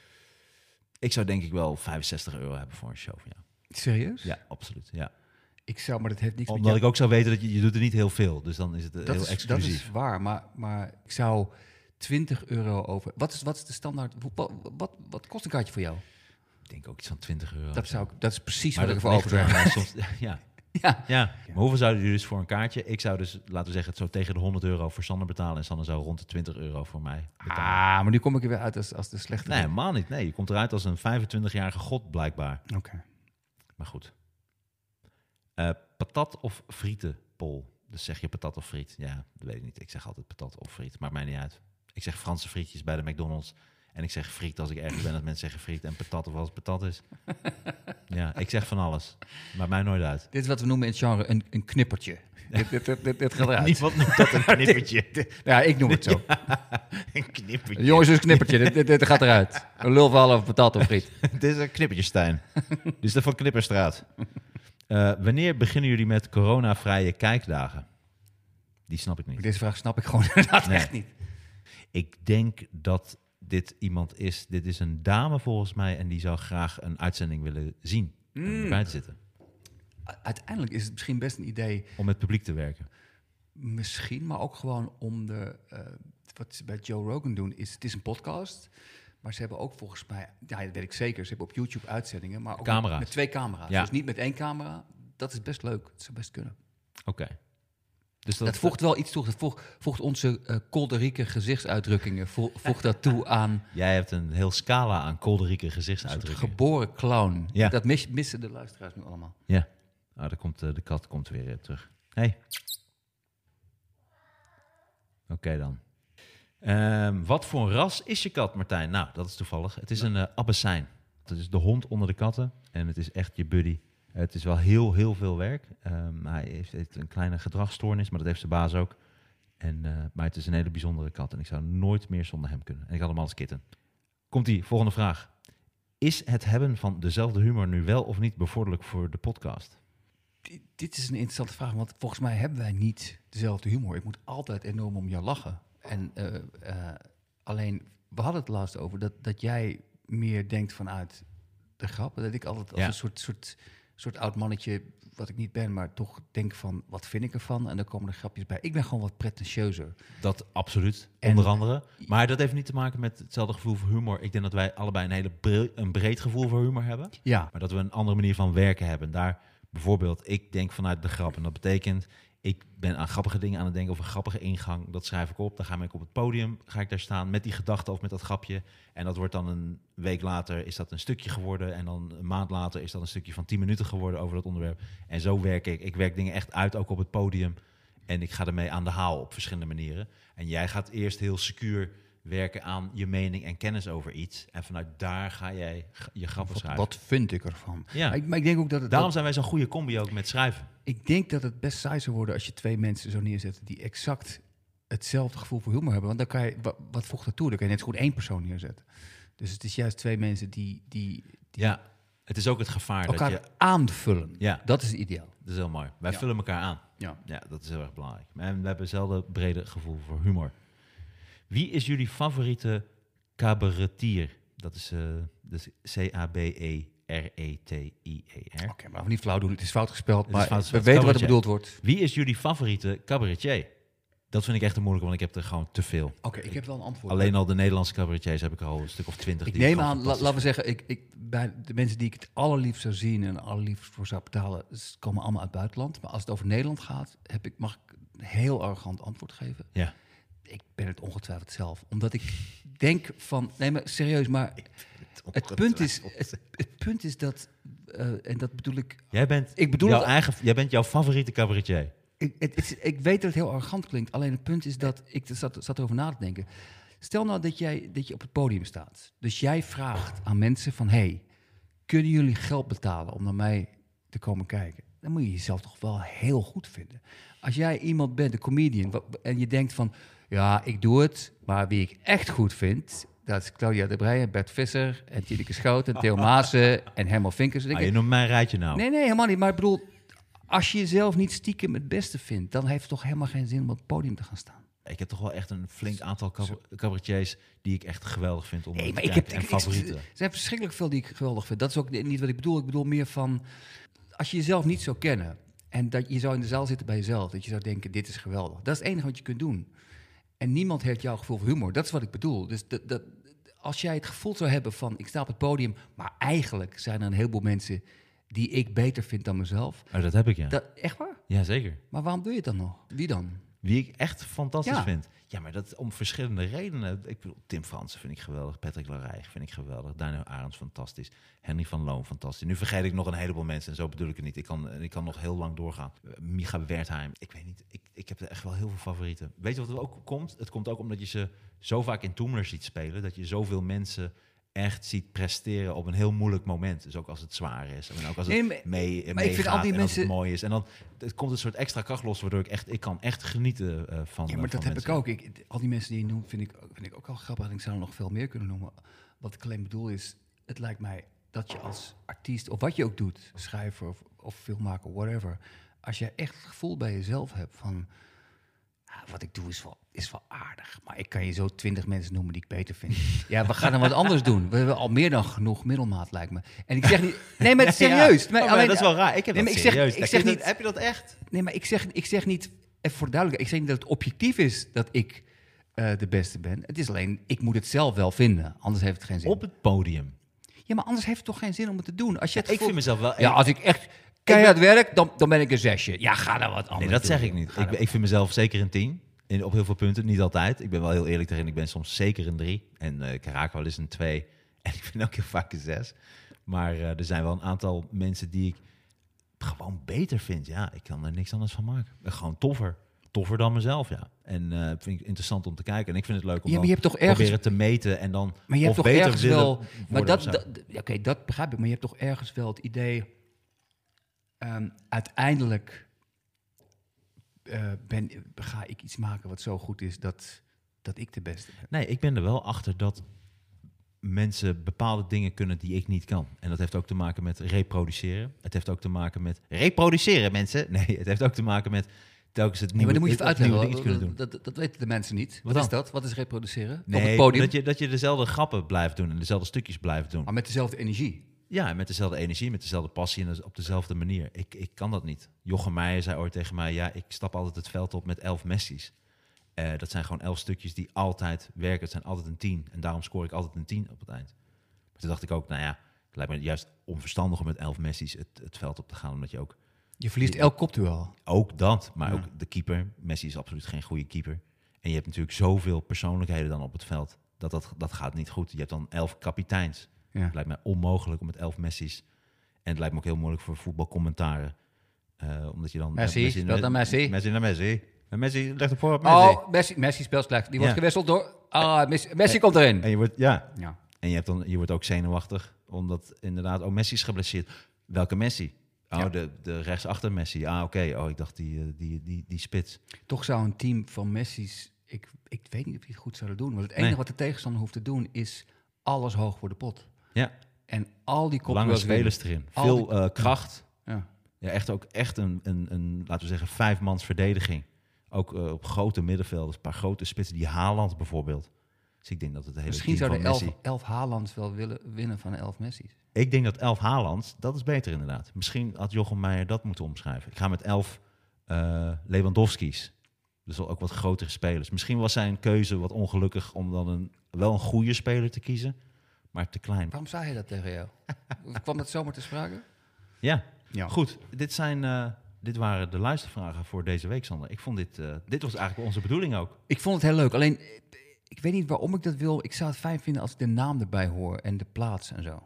Ik zou denk ik wel vijfenzestig euro hebben voor een show van jou. Serieus? Ja, absoluut. Ja. Ik zou, maar dat heeft niks Omdat met ik ook zou weten dat je... Je doet er niet heel veel. Dus dan is het dat heel is, exclusief. Dat is waar, maar, maar ik zou twintig euro over... Wat is, wat is de standaard? Wat, wat, wat kost een kaartje voor jou? Ik denk ook iets van twintig euro. Dat, zou ik, dat is precies maar wat ik dat ervoor ligt overdraag. er, soms, ja. Ja. Ja. Maar hoeveel zouden jullie dus voor een kaartje? Ik zou dus, laten we zeggen, het zo tegen de honderd euro voor Sander betalen. En Sander zou rond de twintig euro voor mij betalen. Ah, maar nu kom ik er weer uit als, als de slechte... Nee, helemaal niet. Nee, je komt eruit als een vijfentwintigjarige god, blijkbaar. Oké. Okay. Maar goed. Uh, patat of frieten, Paul? Dus zeg je patat of friet? Ja, dat weet ik niet. Ik zeg altijd patat of friet. Maakt mij niet uit. Ik zeg Franse frietjes bij de McDonald's. En ik zeg friet als ik ergens ben dat mensen zeggen friet. En patat of als het patat is. Ja, ik zeg van alles. Maakt mij nooit uit. Dit is wat we noemen in het genre een, een knippertje. dit, dit, dit, dit, dit gaat eruit. Niemand noemt dat een knippertje. dit, dit, ja, ik noem het zo. Ja, een knippertje. Jongens, dus een knippertje. dit, dit, dit gaat eruit. Een lulverhaal over patat of friet. Dit is een knippertje, Stijn. Dit is de Van Knipperstraat. Uh, wanneer beginnen jullie met coronavrije kijkdagen? Die snap ik niet. Deze vraag snap ik gewoon inderdaad nee. echt niet. Ik denk dat dit iemand is... Dit is een dame volgens mij... en die zou graag een uitzending willen zien. Mm. Om erbij te zitten. Uiteindelijk is het misschien best een idee... Om met publiek te werken. Misschien, maar ook gewoon om de... Uh, wat ze bij Joe Rogan doen, is... Het is een podcast... Maar ze hebben ook volgens mij, ja, dat weet ik zeker, ze hebben op YouTube uitzendingen, maar ook camera's. met twee camera's. Ja. Dus niet met één camera. Dat is best leuk. Dat zou best kunnen. Oké. Okay. Dus dat, dat voegt wel iets toe. Dat voegt, voegt onze uh, kolderieke gezichtsuitdrukkingen vo, voegt dat toe aan... Jij hebt een heel scala aan kolderieke gezichtsuitdrukkingen. Geboren clown. Ja. Dat mis, missen de luisteraars nu allemaal. Ja. Nou, daar komt, uh, de kat komt weer uh, terug. Hey. Oké okay, dan. Um, wat voor een ras is je kat, Martijn? Nou, dat is toevallig. Het is een uh, Abyssijn. Dat is de hond onder de katten. En het is echt je buddy. Uh, het is wel heel, heel veel werk. Um, hij heeft, heeft een kleine gedragsstoornis, maar dat heeft zijn baas ook. En, uh, maar het is een hele bijzondere kat. En ik zou nooit meer zonder hem kunnen. En ik had hem als kitten. Komt-ie, volgende vraag. Is het hebben van dezelfde humor nu wel of niet bevorderlijk voor de podcast? D- dit is een interessante vraag, want volgens mij hebben wij niet dezelfde humor. Ik moet altijd enorm om jou lachen. En uh, uh, alleen, we hadden het laatst over dat, dat jij meer denkt vanuit de grappen. Dat ik altijd als ja. een soort, soort, soort oud mannetje, wat ik niet ben, maar toch denk van, wat vind ik ervan? En dan komen er grapjes bij. Ik ben gewoon wat pretentieuzer. Dat absoluut, en, onder andere. Maar dat heeft niet te maken met hetzelfde gevoel voor humor. Ik denk dat wij allebei een hele bre- een breed gevoel voor humor hebben. Ja. Maar dat we een andere manier van werken hebben. Daar bijvoorbeeld, ik denk vanuit de grap. En dat betekent... Ik ben aan grappige dingen aan het denken of een grappige ingang. Dat schrijf ik op. Dan ga ik op het podium, ga ik daar staan met die gedachte of met dat grapje. En dat wordt dan een week later is dat een stukje geworden. En dan een maand later is dat een stukje van tien minuten geworden over dat onderwerp. En zo werk ik. Ik werk dingen echt uit, ook op het podium. En ik ga ermee aan de haal op verschillende manieren. En jij gaat eerst heel secuur werken aan je mening en kennis over iets. En vanuit daar ga jij je grappen wat, schrijven. Wat vind ik ervan? Ja. Maar ik, maar ik denk ook dat het... Daarom dat, zijn wij zo'n goede combi ook met schrijven. Ik denk dat het best saai zou worden als je twee mensen zo neerzet die exact hetzelfde gevoel voor humor hebben. Want dan kan je, wat, wat voegt dat toe? Dan kan je net zo goed één persoon neerzetten. Dus het is juist twee mensen die... die, die ja, het is ook het gevaar elkaar dat je... aanvullen. Ja. Dat is het ideaal. Dat is heel mooi. Wij ja. vullen elkaar aan. Ja. Ja, dat is heel erg belangrijk. En we hebben hetzelfde brede gevoel voor humor. Wie is jullie favoriete cabaretier? Dat is uh, dus C A B E R E T I E R. Oké, okay, maar we niet flauw doen. Het is fout gespeld, maar fout, we fout, weten wat er bedoeld wordt. Wie is jullie favoriete cabaretier? Dat vind ik echt een moeilijke, want ik heb er gewoon te veel. Oké, okay, ik heb wel een antwoord. Alleen al de Nederlandse cabaretiers heb ik er al een stuk of twintig. Ik neem aan, la, laten we zeggen, ik, ik, bij de mensen die ik het allerliefst zou zien en allerliefst voor zou betalen, komen allemaal uit het buitenland. Maar als het over Nederland gaat, heb ik, mag ik een heel arrogant antwoord geven. Ja. Ik ben het ongetwijfeld zelf. Omdat ik denk van... Nee, maar serieus, maar... Het, het, punt, is, het, het punt is dat... Uh, en dat bedoel ik... Jij bent, ik bedoel jouw, het, eigen, jij bent jouw favoriete cabaretier. Ik, het, het, ik weet dat het heel arrogant klinkt. Alleen het punt is dat... Ik zat, zat erover na te denken. Stel nou dat, jij, dat je op het podium staat. Dus jij vraagt aan mensen van... Hey, kunnen jullie geld betalen om naar mij te komen kijken? dan moet je jezelf toch wel heel goed vinden. Als jij iemand bent, een comedian, wa- en je denkt van... ja, ik doe het, maar wie ik echt goed vind... dat is Claudia de Breij, Bert Visser... en Tineke Schouten, Theo Maassen en Herman Vinkers. Ah, je noemt mijn rijtje nou. Nee, nee, helemaal niet. Maar ik bedoel, als je jezelf niet stiekem het beste vindt... dan heeft het toch helemaal geen zin om op het podium te gaan staan. Ik heb toch wel echt een flink aantal cab- cabaretiers... die ik echt geweldig vind om Nee, te maar ik kijken. heb En ik- ik- favorieten. Er zijn verschrikkelijk veel die ik geweldig vind. Dat is ook niet wat ik bedoel. Ik bedoel meer van... als je jezelf niet zou kennen... en dat je zou in de zaal zitten bij jezelf... dat je zou denken, dit is geweldig. Dat is het enige wat je kunt doen. En niemand heeft jouw gevoel voor humor. Dat is wat ik bedoel. Dus dat, dat, als jij het gevoel zou hebben van... ik sta op het podium... maar eigenlijk zijn er een heleboel mensen... die ik beter vind dan mezelf. Oh, dat heb ik, ja. Dat, echt waar? Ja, zeker. Maar waarom doe je het dan nog? Wie dan? Wie ik echt fantastisch Ja. vind. Ja, maar dat om verschillende redenen. Ik bedoel, Tim Fransen vind ik geweldig. Patrick Larij vind ik geweldig. Daniel Arends fantastisch. Henry van Loon fantastisch. Nu vergeet ik nog een heleboel mensen en zo bedoel ik het niet. Ik kan, ik kan nog heel lang doorgaan. Uh, Micha Wertheim. Ik weet niet. Ik, ik heb er echt wel heel veel favorieten. Weet je wat er ook komt? Het komt ook omdat je ze zo vaak in Toemler ziet spelen. Dat je zoveel mensen echt ziet presteren op een heel moeilijk moment. Dus ook als het zwaar is. En ook als het Nee, maar- mee, maar ik vind al die en als mensen- het mooi is. En dan het komt een soort extra kracht los, waardoor ik echt... Ik kan echt genieten uh, van Ja, maar uh, dat van heb ik mensen. ook. Ik, al die mensen die je noemt, vind ik, vind ik ook al grappig. En ik zou er nog veel meer kunnen noemen. Wat ik alleen bedoel is, het lijkt mij dat je als artiest, of wat je ook doet, schrijver of, of filmmaker, whatever, als je echt het gevoel bij jezelf hebt van, ah, wat ik doe is wel, is wel aardig, maar ik kan je zo twintig mensen noemen die ik beter vind. Ja, we gaan dan wat anders doen. We hebben al meer dan genoeg middelmaat, lijkt me. En ik zeg niet, nee, maar het is serieus. Ja, Maar oh, maar alleen- dat is wel raar. Ik heb Nee, dat maar ik zeg- serieus. ik Heb zeg je dat- niet- Heb je dat echt? Nee, maar ik zeg, ik zeg niet, even voor de duidelijkheid, ik zeg niet dat het objectief is dat ik eh, de beste ben. Het is alleen, ik moet het zelf wel vinden, anders heeft het geen zin. Op het podium. Ja, maar anders heeft het toch geen zin om het te doen. Als je het Ik gevoel- vind mezelf wel... Ja, als ik echt keihard werk, dan, dan ben ik een zesje. Ja, ga dan wat anders Nee, dat doen. zeg ik niet. Ga Ik, dan- ik vind mezelf zeker een tien. In, op heel veel punten. Niet altijd. Ik ben wel heel eerlijk daarin. Ik ben soms zeker een drie. En uh, ik raak wel eens een twee. En ik vind ook heel vaak een zes. Maar uh, er zijn wel een aantal mensen die ik gewoon beter vind. Ja, ik kan er niks anders van maken. Gewoon toffer. Toffer dan mezelf, ja. En uh, vind ik interessant om te kijken. En ik vind het leuk om Ja, maar dan je hebt toch ergens- proberen te meten en dan Maar je hebt of toch beter ergens willen wel... Maar worden dat, of zo. dat, ja, oké, dat begrijp ik. Maar je hebt toch ergens wel het idee... ehm, uiteindelijk eh, ben, ga ik iets maken wat zo goed is dat, dat ik de beste ben. Nee, ik ben er wel achter dat mensen bepaalde dingen kunnen die ik niet kan. En dat heeft ook te maken met reproduceren. Het heeft ook te maken met... Reproduceren, mensen? Nee, het heeft ook te maken met telkens het Nee, nieuwe, maar dan moet je even het nieuwe uitleggen. dingetjes kunnen Dat, doen. dat, dat weten de mensen niet. Wat, Wat is dan? dat? Wat is reproduceren? Op Nee, het podium, dat je, dat je dezelfde grappen blijft doen en dezelfde stukjes blijft doen. maar met dezelfde energie. Ja, en met dezelfde energie, met dezelfde passie en op dezelfde manier. Ik, ik kan dat niet. Jochem Meijer zei ooit tegen mij... ja, ik stap altijd het veld op met elf Messi's. Uh, dat zijn gewoon elf stukjes die altijd werken. Het zijn altijd een tien. En daarom scoor ik altijd een tien op het eind. Maar toen dacht ik ook, nou ja... het lijkt me juist onverstandig om met elf Messi's het, het veld op te gaan. Omdat je ook... Je verliest elk kopduel. Ook dat, maar Ja. ook de keeper. Messi is absoluut geen goede keeper. En je hebt natuurlijk zoveel persoonlijkheden dan op het veld. Dat, dat, dat gaat niet goed. Je hebt dan elf kapiteins. Ja. Het lijkt mij onmogelijk om met elf Messi's. En het lijkt me ook heel moeilijk voor voetbalcommentaren. Uh, omdat je dan... Messi, uh, speelt naar Messi. Messi naar Messi. En Messi legt hem voor op Messi. Oh, Messi, Messi speelt slecht. Die wordt Ja. gewisseld door... Ah, Messi, Messi komt erin. En je wordt, ja. Ja. En je, hebt dan, je wordt ook zenuwachtig. Omdat inderdaad, oh, Messi is geblesseerd. Welke Messi? Oh, Ja. de, de rechtsachter Messi. Ah, oké. Okay. Oh, ik dacht die, uh, die, die, die spits. Toch zou een team van Messi's... Ik, ik weet niet of die het goed zouden doen. Want het enige Nee. wat de tegenstander hoeft te doen... is alles hoog voor de pot. Ja, En al die lange kopduels spelers erin. Al Veel die- uh, kracht. winnen. Ja. Ja, echt ook echt een, een, een, laten we zeggen, vijfmans verdediging. Ook uh, op grote middenvelders, een paar grote spitsen. Die Haaland bijvoorbeeld. Dus ik denk dat het hele Misschien team zouden van elf, Messi... elf Haalands wel willen winnen van elf Messi's. Ik denk dat elf Haalands, dat is beter inderdaad. Misschien had Jochem Meijer dat moeten omschrijven. Ik ga met elf uh, Lewandowski's. Dus wel ook wat grotere spelers. Misschien was zijn keuze wat ongelukkig om dan een, wel een goede speler te kiezen, maar te klein. Waarom zei hij dat tegen jou? Kwam dat zomaar te sprake? Ja, Ja. goed. Dit, zijn, uh, dit waren de luistervragen voor deze week, Sander. Ik vond dit, uh, dit was eigenlijk onze bedoeling ook. Ik vond het heel leuk. Alleen, ik weet niet waarom ik dat wil. Ik zou het fijn vinden als ik de naam erbij hoor en de plaats en zo.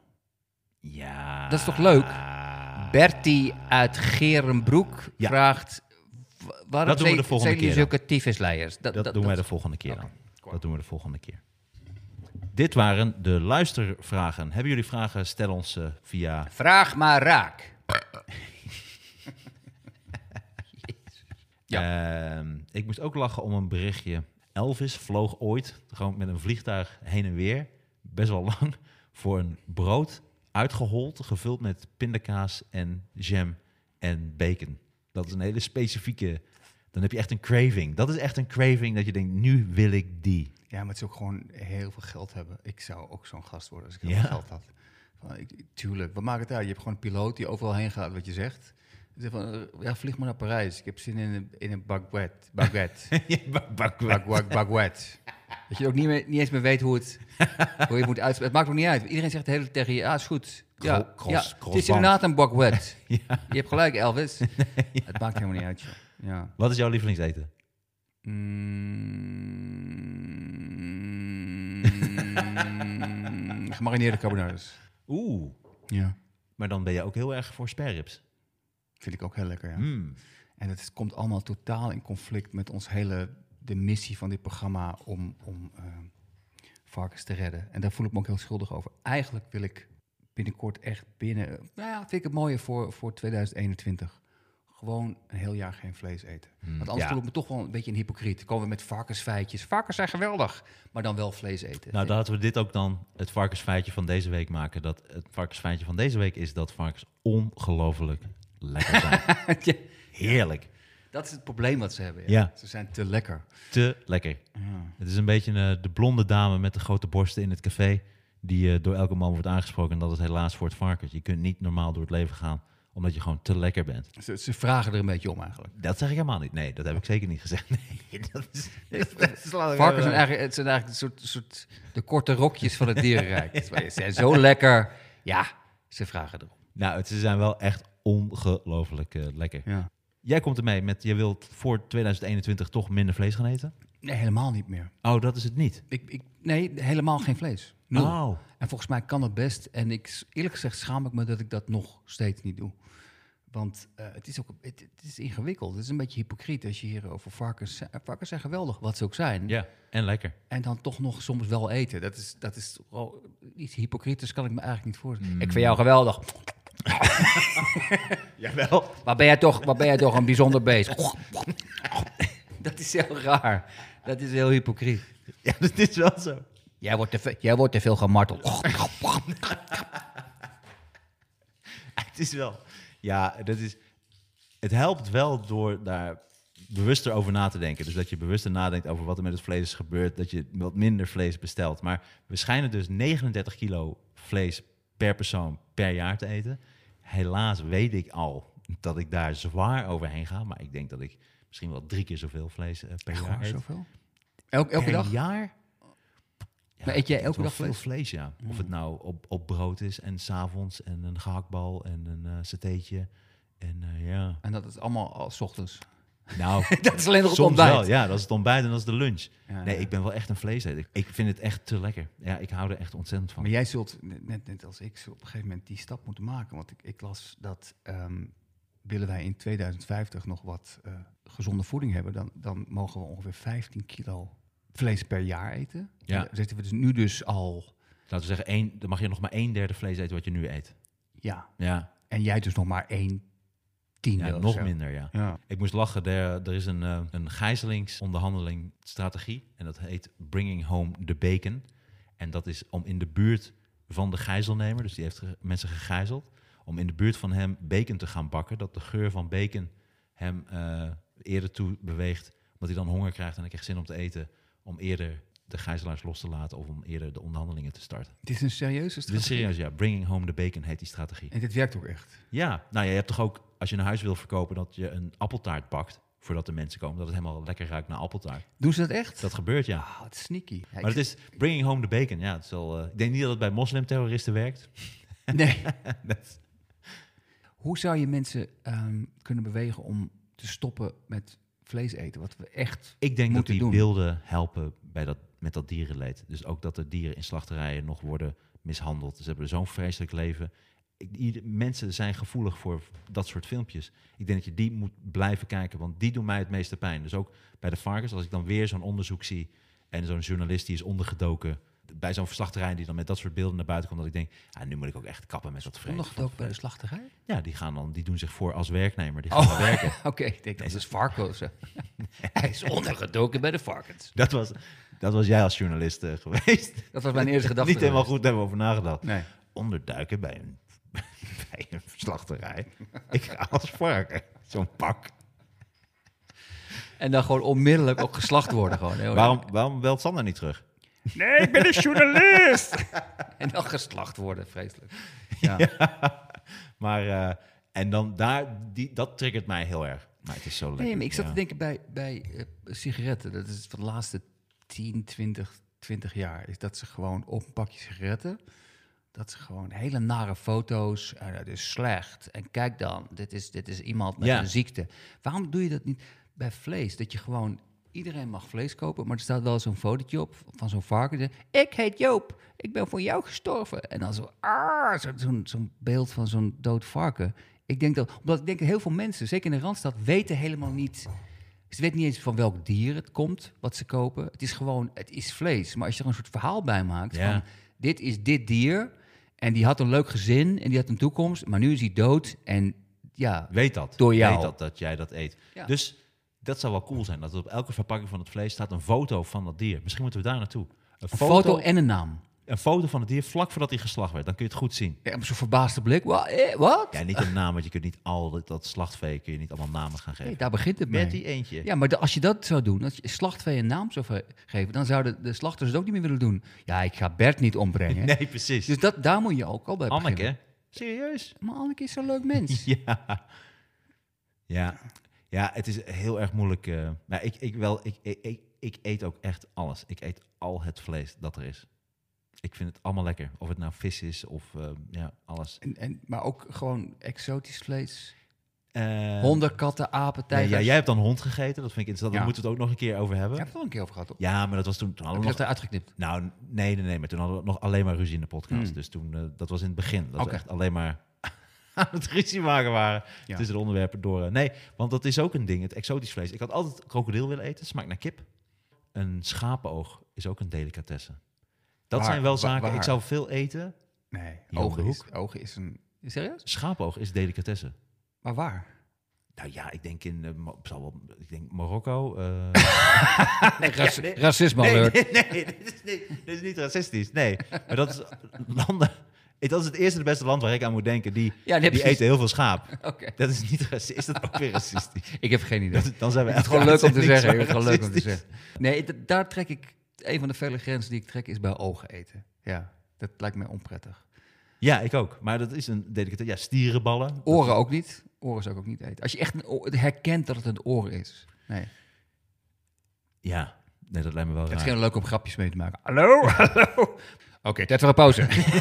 Ja. Dat is toch leuk? Bertie uit Gerenbroek Ja. vraagt... w- Waarom Dat doen we zijn- de volgende zijn jullie keer zulke tyfusleiers? Dat, doen wij de volgende keer Oké, dan. cool. Dat doen we de volgende keer. Dit waren de luistervragen. Hebben jullie vragen? Stel ons uh, via... Vraag maar raak. Ja. Uh, ik moest ook lachen om een berichtje. Elvis vloog ooit gewoon met een vliegtuig heen en weer, best wel lang, voor een brood uitgehold, gevuld met pindakaas en jam en bacon. Dat is een hele specifieke... Dan heb je echt een craving. Dat is echt een craving dat je denkt, nu wil ik die. Ja, maar het is ook gewoon heel veel geld hebben. Ik zou ook zo'n gast worden als ik heel ja. veel geld had. Van, ik, tuurlijk, wat maakt het uit? Je hebt gewoon een piloot die overal heen gaat, wat je zegt. Van, ja, vlieg maar naar Parijs. Ik heb zin in een, in een baguette. Baguette. ja, baguette. Baguette. Baguette. Dat je ook niet, meer, niet eens meer weet hoe, het, hoe je moet uitspreken. Het maakt ook niet uit. Iedereen zegt de hele tijd tegen je, ah, is goed. Ja, Kro- cross, ja het is inderdaad een baguette. ja. Je hebt gelijk, Elvis. Nee, ja. Het maakt helemaal niet uit, joh. Ja. Wat is jouw lievelingseten? Mm, gemarineerde carbonara's. Oeh. Ja. Maar dan ben je ook heel erg voor spareribs. Vind ik ook heel lekker, ja. Mm. En het komt allemaal totaal in conflict met ons hele... de missie van dit programma om, om uh, varkens te redden. En daar voel ik me ook heel schuldig over. Eigenlijk wil ik binnenkort echt binnen... Nou ja, vind ik het mooie voor, voor twintig eenentwintig. Gewoon een heel jaar geen vlees eten. Mm, Want anders ja. voel ik me toch wel een beetje een hypocriet. Komen we met varkensfeitjes. Varkens zijn geweldig, maar dan wel vlees eten. Nou, laten we dit ook dan het varkensfeitje van deze week maken. Dat het varkensfeitje van deze week is dat varkens ongelooflijk lekker zijn. ja. Heerlijk. Dat is het probleem wat ze hebben. Ja. Ja. Ze zijn te lekker. Te lekker. Ja. Het is een beetje uh, de blonde dame met de grote borsten in het café... die uh, door elke man wordt aangesproken. En dat is helaas voor het varkens. Je kunt niet normaal door het leven gaan... omdat je gewoon te lekker bent. Ze, ze vragen er een beetje om eigenlijk. Dat zeg ik helemaal niet. Nee, dat heb ik zeker niet gezegd. Nee, dat is, dat is varkens zijn eigenlijk, het zijn eigenlijk een soort, soort de korte rokjes van het dierenrijk. Ze zijn zo lekker. Ja, ze vragen erom. Nou, het, ze zijn wel echt ongelooflijk uh, lekker. Ja. Jij komt ermee met, je wilt voor twintig eenentwintig toch minder vlees gaan eten? Nee, helemaal niet meer. Oh, dat is het niet? Ik, ik, nee, helemaal geen vlees. Nul. Oh. En volgens mij kan het best. En ik, eerlijk gezegd schaam ik me dat ik dat nog steeds niet doe. Want uh, het is ook het, het is ingewikkeld. Het is een beetje hypocriet als je hier over varkens... Varkens zijn geweldig, wat ze ook zijn. Ja, en lekker. En dan toch nog soms wel eten. Dat is, dat is oh, iets hypocrieters kan ik me eigenlijk niet voorstellen. Mm. Ik vind jou geweldig. Jawel. Maar ben jij toch, maar ben jij toch een bijzonder beest? Dat is heel raar. Dat is heel hypocriet. Ja, dat is wel zo. Jij wordt te, ve- jij wordt te veel gemarteld. Het is wel... Ja, dat is... Het helpt wel door daar bewuster over na te denken. Dus dat je bewuster nadenkt over wat er met het vlees is gebeurd. Dat je wat minder vlees bestelt. Maar we schijnen dus negenendertig kilo vlees per persoon per jaar te eten. Helaas weet ik al dat ik daar zwaar overheen ga. Maar ik denk dat ik misschien wel drie keer zoveel vlees uh, per Gewoon jaar eet. zoveel? Elk, elke per dag? jaar? Ja, maar eet jij elke wel dag vlees? Veel vlees, ja. Mm. Of het nou op, op brood is en 's avonds en een gehaktbal en een uh, satéetje. En uh, ja. En dat is allemaal al 's ochtends? Nou, dat is alleen nog het soms ontbijt. wel, ja, dat is het ontbijt en dat is de lunch. Ja, nee, ja. ik ben wel echt een vleeseter. Ik, ik vind het echt te lekker. Ja, ik hou er echt ontzettend van. Maar jij zult, net, net als ik, zult op een gegeven moment die stap moeten maken. Want ik, ik las dat um, willen wij in tweeduizend vijftig nog wat uh, gezonde voeding hebben, dan, dan mogen we ongeveer vijftien kilo vlees per jaar eten. Ja. Dan zitten we dus nu dus al... Laten we zeggen, één, dan mag je nog maar een derde vlees eten wat je nu eet. Ja. Ja. En jij dus nog maar één tiende Ja, of nog zo. minder, ja. Ja. Ik moest lachen, er, er is een, uh, een gijzelingsonderhandelingstrategie. En dat heet Bringing Home the Bacon. En dat is om in de buurt van de gijzelnemer, dus die heeft ge- mensen gegijzeld, om in de buurt van hem bacon te gaan bakken. Dat de geur van bacon hem uh, eerder toe beweegt, omdat hij dan honger krijgt en hij krijgt zin om te eten, om eerder de gijzelaars los te laten of om eerder de onderhandelingen te starten. Het is een serieuze strategie? Dit is serieus, ja. Bringing Home the Bacon heet die strategie. En dit werkt ook echt? Ja, nou ja, je hebt toch ook, als je een huis wil verkopen, dat je een appeltaart bakt voordat de mensen komen, dat het helemaal lekker ruikt naar appeltaart. Doen ze dat echt? Dat gebeurt, ja. Oh, wat sneaky. Ja, maar het is Bringing Home the Bacon, ja. Het is wel, uh, ik denk niet dat het bij moslimterroristen werkt. Nee. Dat... Hoe zou je mensen um, kunnen bewegen om te stoppen met vlees eten? Wat we echt Ik denk dat die doen. beelden helpen bij dat, met dat dierenleed. Dus ook dat de dieren in slachterijen nog worden mishandeld. Ze hebben zo'n vreselijk leven. Ik, ieder, mensen zijn gevoelig voor dat soort filmpjes. Ik denk dat je die moet blijven kijken, want die doen mij het meeste pijn. Dus ook bij de varkens, als ik dan weer zo'n onderzoek zie en zo'n journalist die is ondergedoken bij zo'n slachterij die dan met dat soort beelden naar buiten komt, dat ik denk, ah, nu moet ik ook echt kappen met dat vrees. Nog het ook bij de slachterij? Ja, die gaan dan, die doen zich voor als werknemer. Die gaan oh, werken. Oké, okay, ik denk dat is varkens. Hij is ondergedoken bij de varkens. Dat was, dat was jij als journalist uh, geweest. Dat was mijn eerste gedachte. Niet helemaal goed hebben over nagedacht. Nee. Onderduiken bij een, bij een slachterij. Ik ga als varken. Zo'n pak. En dan gewoon onmiddellijk ook geslacht worden. Gewoon, heel waarom, waarom belt Sander niet terug? Nee, ik ben een journalist. En dan geslacht worden, vreselijk. Ja. Ja, maar, uh, en dan daar, die, dat triggert mij heel erg. Maar het is zo lekker. Nee, maar ik zat ja. te denken bij, bij uh, sigaretten. Dat is van de laatste tien, twintig, twintig jaar. Is dat ze gewoon op een pakje sigaretten... dat ze gewoon hele nare foto's... Uh, dat is slecht. En kijk dan, dit is, dit is iemand met ja. een ziekte. Waarom doe je dat niet bij vlees? Dat je gewoon... Iedereen mag vlees kopen, maar er staat wel zo'n fotootje op van zo'n varken. Ik heet Joop, ik ben voor jou gestorven. En dan zo, ah, zo, zo'n, zo'n beeld van zo'n dood varken. Ik denk dat, omdat ik denk dat heel veel mensen, zeker in de Randstad, weten helemaal niet... Ze weten niet eens van welk dier het komt, wat ze kopen. Het is gewoon, het is vlees. Maar als je er een soort verhaal bij maakt ja. van... dit is dit dier en die had een leuk gezin en die had een toekomst... maar nu is hij dood en ja, weet dat. Door jou. Weet dat, dat jij dat eet. Ja. Dus... Dat zou wel cool zijn, dat er op elke verpakking van het vlees staat een foto van dat dier. Misschien moeten we daar naartoe. Een, een foto, foto en een naam. Een foto van het dier vlak voordat hij geslacht werd. Dan kun je het goed zien. Ja, zo'n verbaasde blik. Wat? Ja, niet een naam, want je kunt niet al dat, dat slachtvee kun je niet allemaal namen gaan geven. Nee, daar begint het mee. Met die eentje. Ja, maar de, als je dat zou doen, als je slachtvee een naam zou ge- geven, dan zouden de slachters het ook niet meer willen doen. Ja, ik ga Bert niet ombrengen. Nee, precies. Dus dat, daar moet je ook al bij Anneke, beginnen. Serieus? Maar Anneke is zo'n leuk mens. Ja. Ja. Ja, het is heel erg moeilijk. Uh, maar ik, ik, wel, ik, ik, ik, ik eet ook echt alles. Ik eet al het vlees dat er is. Ik vind het allemaal lekker. Of het nou vis is of uh, ja, alles. En, en, maar ook gewoon exotisch vlees? Uh, Honden, katten, apen, tijgers? Nee, ja, jij hebt dan hond gegeten. Dat vind ik interessant. Ja. Daar moeten we het ook nog een keer over hebben. Je hebt het al een keer over gehad, toch? Ja, maar dat was toen... toen hadden we nog eruit geknipt? Nou, nee, nee, nee. Maar toen hadden we nog alleen maar ruzie in de podcast. Mm. Dus toen, uh, dat was in het begin. Dat okay. we echt alleen maar... aan het ruzie maken waren ja. tussen de onderwerpen door. Nee, want dat is ook een ding, het exotisch vlees. Ik had altijd krokodil willen eten, smaakt naar kip. Een schapenoog is ook een delicatesse. Dat waar, zijn wel zaken, waar? Ik zou veel eten. Nee, ogen is, ogen is een... Serieus? Schapenoog is delicatesse. Maar waar? Nou ja, ik denk in, uh, zal wel, ik denk Marokko. Uh... nee, Rac- ja, nee. Racisme alert. Nee, nee, nee, dit is niet, dit is niet racistisch, nee. Maar dat is landen... Dat is het eerste de beste land waar ik aan moet denken. Die, ja, die eten heel veel schaap. Okay. Dat is niet racistisch. Is dat ook weer racistisch? Ik heb geen idee. Dat, dan zijn we het is gewoon leuk om te zeggen. Het is gewoon leuk om te zeggen. Nee, d- daar trek ik... Een van de vele grenzen die ik trek is bij ogen eten. Ja, dat lijkt mij onprettig. Ja, ik ook. Maar dat is een delicatesse. Ja, stierenballen. Oren ook niet. Oren zou ik ook niet eten. Als je echt een oor, herkent dat het een oor is. Nee. Ja, nee, dat lijkt me wel raar. Het is geen leuk om grapjes mee te maken. Hallo, hallo. Oké, okay, tijd voor een pauze.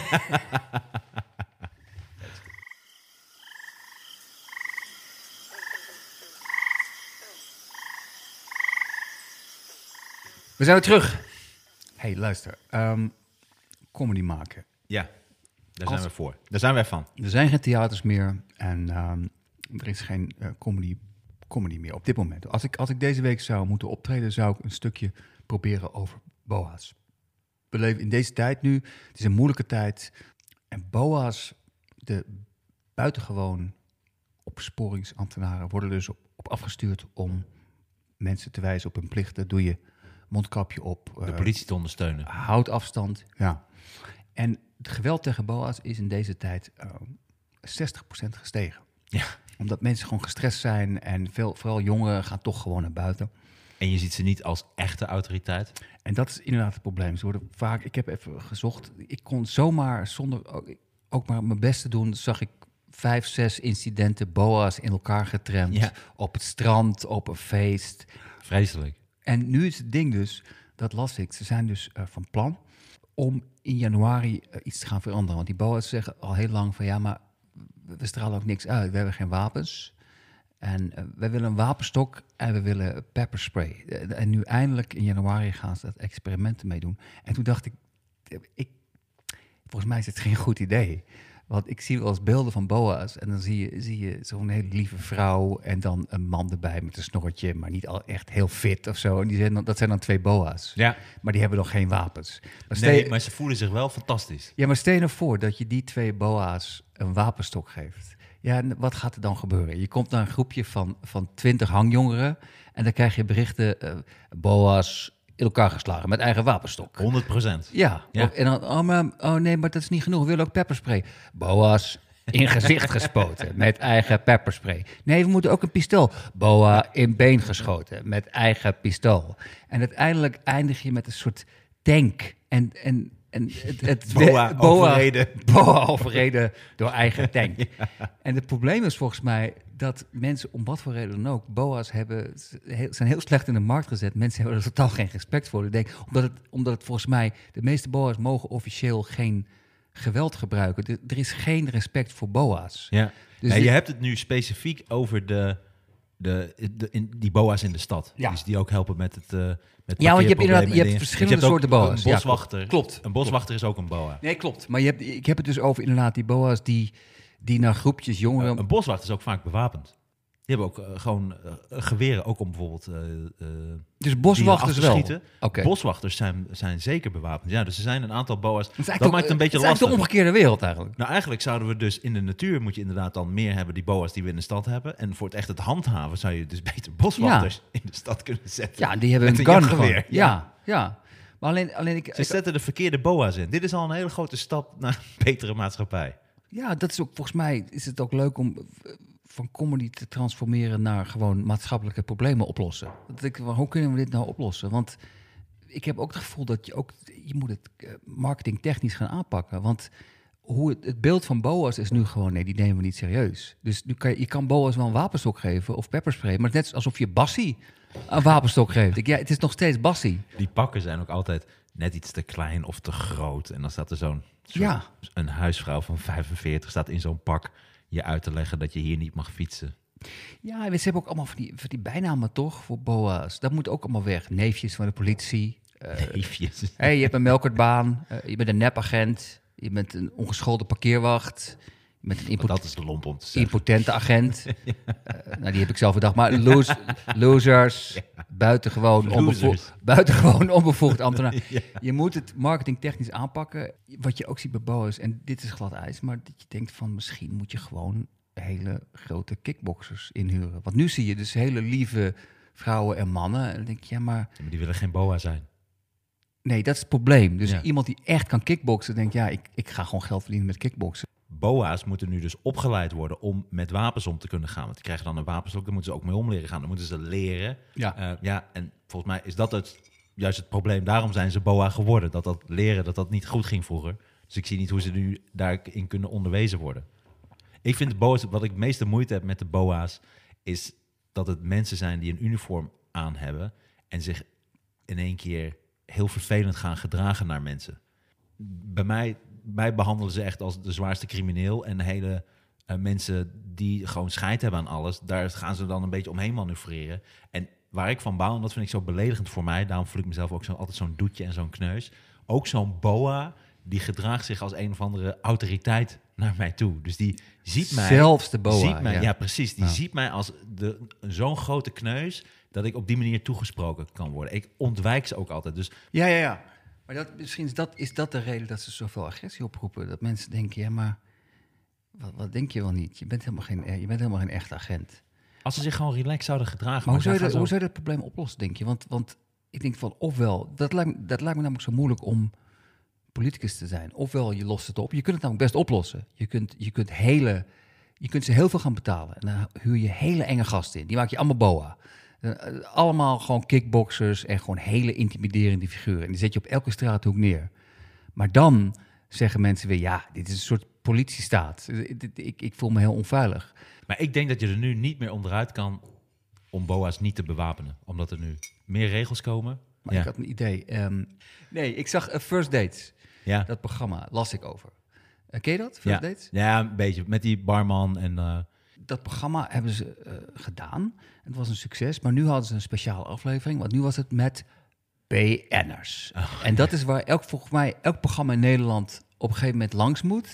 We zijn weer terug. Hey, luister. Um, comedy maken. Ja, daar Als, zijn we voor. Daar zijn wij van. Er zijn geen theaters meer en um, er is geen uh, comedy, comedy meer op dit moment. Als ik, als ik deze week zou moeten optreden, zou ik een stukje proberen over boa's. We leven in deze tijd nu. Het is een moeilijke tijd. En boa's, de buitengewoon opsporingsambtenaren, worden dus op, op afgestuurd om mensen te wijzen op hun plichten. Doe je mondkapje op. De politie uh, te ondersteunen. Houd afstand. Ja. En het geweld tegen boa's is in deze tijd uh, zestig procent gestegen. Ja. Omdat mensen gewoon gestrest zijn en veel, vooral jongeren gaan toch gewoon naar buiten. En je ziet ze niet als echte autoriteit? En dat is inderdaad het probleem. Ze worden vaak, ik heb even gezocht, ik kon zomaar zonder ook, ook maar mijn best te doen, zag ik vijf, zes incidenten, boa's in elkaar getremd, ja. op het strand, op een feest. Vreselijk. En nu is het ding dus, dat las ik, ze zijn dus uh, van plan om in januari uh, iets te gaan veranderen. Want die boa's zeggen al heel lang van ja, maar we stralen ook niks uit. We hebben geen wapens. En uh, we willen een wapenstok en we willen pepperspray. Uh, en nu eindelijk in januari gaan ze dat experimenten mee doen. En toen dacht ik, ik volgens mij is het geen goed idee. Want ik zie wel eens beelden van boa's. En dan zie je, zie je zo'n hele lieve vrouw. En dan een man erbij met een snorretje. Maar niet al echt heel fit of zo. En die zijn dan, dat zijn dan twee boa's. Ja. Maar die hebben nog geen wapens. Maar nee, stel, maar ze voelen zich wel fantastisch. Ja, maar stel je nou voor dat je die twee boa's een wapenstok geeft. Ja, en wat gaat er dan gebeuren? Je komt naar een groepje van, van twintig hangjongeren. En dan krijg je berichten. Uh, boa's in elkaar geslagen met eigen wapenstok. honderd procent. Ja. ja. Of, en dan, oh, maar, oh nee, maar dat is niet genoeg. We willen ook pepperspray. Boa's in gezicht gespoten met eigen pepperspray. Nee, we moeten ook een pistool. Boa in been geschoten met eigen pistool. En uiteindelijk eindig je met een soort tank. En, en, en het, het boa, boa overreden. Boa overreden door eigen tank. Ja. En het probleem is volgens mij dat mensen, om wat voor reden dan ook, boa's hebben, zijn heel slecht in de markt gezet. Mensen hebben er totaal geen respect voor. Ik denk, omdat, het, omdat het volgens mij, de meeste boa's mogen officieel geen geweld gebruiken. De, er is geen respect voor boa's. Ja. Dus ja, dit, je hebt het nu specifiek over de, de, de in, die boa's in de stad. Ja. Dus die ook helpen met het uh, met ja, want je hebt inderdaad je hebt verschillende je hebt soorten boa's. Een boswachter. Ja, klopt. Een boswachter is ook een boa. Nee, klopt. Maar je hebt, ik heb het dus over inderdaad die boa's die, die naar groepjes jongeren... Uh, een boswachter is ook vaak bewapend. Die hebben ook uh, gewoon uh, geweren, ook om bijvoorbeeld... Uh, uh, dus boswachters wel? Okay. Boswachters zijn, zijn zeker bewapend. Ja, dus er zijn een aantal boa's. Dat, dat toch, maakt het een beetje lastig. lastig. Het is eigenlijk de omgekeerde wereld eigenlijk. Nou, eigenlijk zouden we dus in de natuur... moet je inderdaad dan meer hebben die boa's die we in de stad hebben. En voor het echt het handhaven zou je dus beter boswachters ja. in de stad kunnen zetten. Ja, die hebben een, een gun gewoon. Ja, ja. ja. Maar alleen, alleen ik, Ze ik, zetten de verkeerde boa's in. Dit is al een hele grote stap naar een betere maatschappij. Ja, dat is ook volgens mij is het ook leuk om... van comedy te transformeren naar gewoon maatschappelijke problemen oplossen. Dat ik, hoe kunnen we dit nou oplossen? Want ik heb ook het gevoel dat je ook... je moet het marketingtechnisch gaan aanpakken. Want hoe het, het beeld van boa's is nu gewoon... nee, die nemen we niet serieus. Dus nu kan je, je kan boa's wel een wapenstok geven of pepperspray... maar het is net alsof je Bassie een wapenstok geeft. Ik, ja, het is nog steeds Bassie. Die pakken zijn ook altijd net iets te klein of te groot. En dan staat er zo'n... ja. een huisvrouw van vijfenveertig staat in zo'n pak... je uit te leggen dat je hier niet mag fietsen. Ja, ze hebben ook allemaal van die, van die bijnamen toch voor boa's. Dat moet ook allemaal weg. Neefjes van de politie. Uh, Neefjes. Hey, je hebt een melkertbaan. Uh, je bent een nepagent. Je bent een ongeschoolde parkeerwacht. Je bent een impo- dat is de lomp om te zeggen. Impotente agent. ja. uh, nou, die heb ik zelf bedacht. Maar lose, losers. Ja. Buitengewoon, onbevoegd, buitengewoon onbevoegd ambtenaar. ja. Je moet het marketingtechnisch aanpakken. Wat je ook ziet bij boa's. En dit is glad ijs. Maar dat je denkt van misschien moet je gewoon hele grote kickboxers inhuren. Want nu zie je dus hele lieve vrouwen en mannen. En dan denk je, ja, maar... Ja, maar die willen geen boa zijn. Nee, dat is het probleem. Dus ja. iemand die echt kan kickboksen, denkt, ja, ik, ik ga gewoon geld verdienen met kickboksen. Boa's moeten nu dus opgeleid worden om met wapens om te kunnen gaan. Want die krijgen dan een wapenstok, daar moeten ze ook mee om leren gaan. Dan moeten ze leren. Ja. Uh, ja, en volgens mij is dat het, juist het probleem. Daarom zijn ze boa geworden. Dat dat leren, dat dat niet goed ging vroeger. Dus ik zie niet hoe ze nu daarin kunnen onderwezen worden. Ik vind de boa's, wat ik het meeste moeite heb met de boa's, is dat het mensen zijn die een uniform aan hebben en zich in één keer heel vervelend gaan gedragen naar mensen. Bij mij, mij behandelen ze echt als de zwaarste crimineel en de hele uh, mensen die gewoon scheid hebben aan alles, daar gaan ze dan een beetje omheen manoeuvreren. En waar ik van baal, en dat vind ik zo beledigend voor mij, daarom voel ik mezelf ook zo, altijd zo'n doetje en zo'n kneus, ook zo'n boa, die gedraagt zich als een of andere autoriteit naar mij toe. Dus die ziet mij... Zelfs de boa. Ziet mij, ja. ja, precies. Die ja. ziet mij als de, zo'n grote kneus dat ik op die manier toegesproken kan worden. Ik ontwijk ze ook altijd. Dus ja, ja, ja. Maar dat, misschien is dat, is dat de reden dat ze zoveel agressie oproepen. Dat mensen denken, ja, maar wat, wat denk je wel niet? Je bent helemaal geen, je bent helemaal geen echte agent. Als ze zich gewoon relaxed zouden gedragen. Maar, maar hoe, zou je dat, zo... hoe zou je dat probleem oplossen, denk je? Want, want ik denk van, ofwel, dat lijkt, dat lijkt me namelijk zo moeilijk om politicus te zijn. Ofwel, je lost het op. Je kunt het namelijk best oplossen. Je kunt, je kunt, hele, je kunt ze heel veel gaan betalen. En dan huur je hele enge gasten in. Die maak je allemaal boa. Uh, allemaal gewoon kickboxers en gewoon hele intimiderende figuren. En die zet je op elke straathoek neer. Maar dan zeggen mensen weer, ja, dit is een soort politiestaat. Ik, ik voel me heel onveilig. Maar ik denk dat je er nu niet meer onderuit kan om boa's niet te bewapenen. Omdat er nu meer regels komen. Maar ja. Ik had een idee. Um, nee, ik zag uh, First Dates. Ja. Dat programma las ik over. Uh, ken je dat, First ja. Dates? Ja, een beetje. Met die barman en... Uh... Dat programma hebben ze uh, gedaan. Het was een succes, maar nu hadden ze een speciale aflevering. Want nu was het met B N'ers. Oh, en dat ja. is waar elk, volgens mij elk programma in Nederland op een gegeven moment langs moet.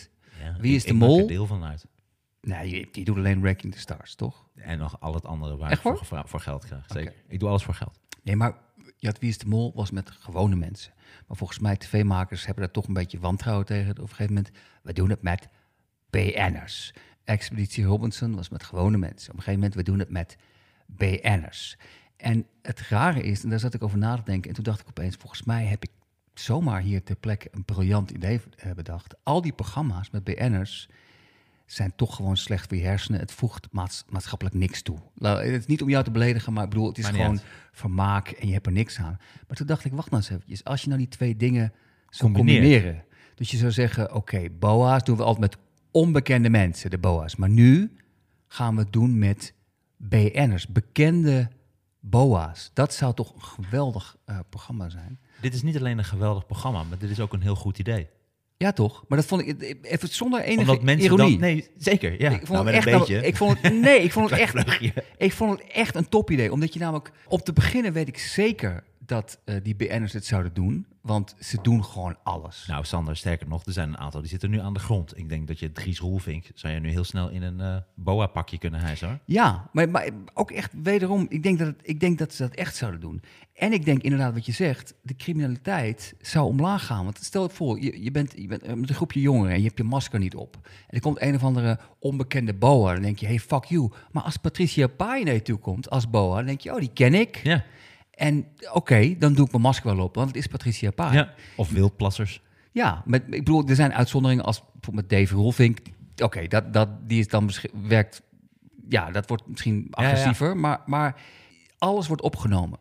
Ja, Wie is ik, de ik Mol? maak er deel van uit. Nee, die, die doet alleen Ranking the Stars, toch? En nog al het andere waar Echt ik voor, waar? gevra- voor geld krijg. Zeker. Oké. Ik doe alles voor geld. Nee, maar je had Wie is de Mol was met gewone mensen. Maar volgens mij, tv-makers hebben daar toch een beetje wantrouwen tegen. Op een gegeven moment, we doen het met B N'ers. Expeditie Robinson was met gewone mensen. Op een gegeven moment, we doen het met B N'ers. En het rare is, en daar zat ik over na te denken... en toen dacht ik opeens, volgens mij heb ik zomaar hier ter plekke... een briljant idee uh, bedacht. Al die programma's met B N'ers... zijn toch gewoon slecht voor je hersenen. Het voegt maats- maatschappelijk niks toe. Nou, het is niet om jou te beledigen, maar ik bedoel, het is Maakt niet gewoon uit. vermaak en je hebt er niks aan. Maar toen dacht ik, wacht nou eens eventjes. Als je nou die twee dingen zou Combineert. combineren. Dus je zou zeggen, oké, okay, boa's doen we altijd met onbekende mensen, de boa's. Maar nu gaan we het doen met B N'ers, bekende boa's. Dat zou toch een geweldig uh, programma zijn. Dit is niet alleen een geweldig programma, maar dit is ook een heel goed idee. Ja, toch? Maar dat vond ik even zonder enige Omdat mensen ironie. dan... Nee, zeker, ja. Ik vond nou, het met echt, een beetje. nou, ik vond het, nee, ik vond het echt, Vleugje. ik vond het echt een topidee. Omdat je namelijk, om te beginnen weet ik zeker dat uh, die B N'ers het zouden doen. Want ze doen gewoon alles. Nou, Sander, sterker nog, er zijn een aantal die zitten nu aan de grond. Ik denk dat je Dries Roelvink, zou je nu heel snel in een uh, boa-pakje kunnen hijsen, hoor. Ja, maar, maar ook echt wederom, ik denk, dat het, ik denk dat ze dat echt zouden doen. En ik denk inderdaad wat je zegt, de criminaliteit zou omlaag gaan. Want stel je voor, je, je, bent, je bent met een groepje jongeren en je hebt je masker niet op. En er komt een of andere onbekende boa, dan denk je, hey, fuck you. Maar als Patricia Pai naar je toe komt als boa, dan denk je, oh, die ken ik. Ja. En oké, okay, dan doe ik mijn masker wel op, want het is Patricia Pai. Ja. Of wildplassers. Ja, met, ik bedoel, er zijn uitzonderingen als bijvoorbeeld met Dave Roelvink. Oké, okay, dat, dat, die is dan beschi- werkt, ja, dat wordt misschien agressiever, ja, ja. Maar, maar alles wordt opgenomen.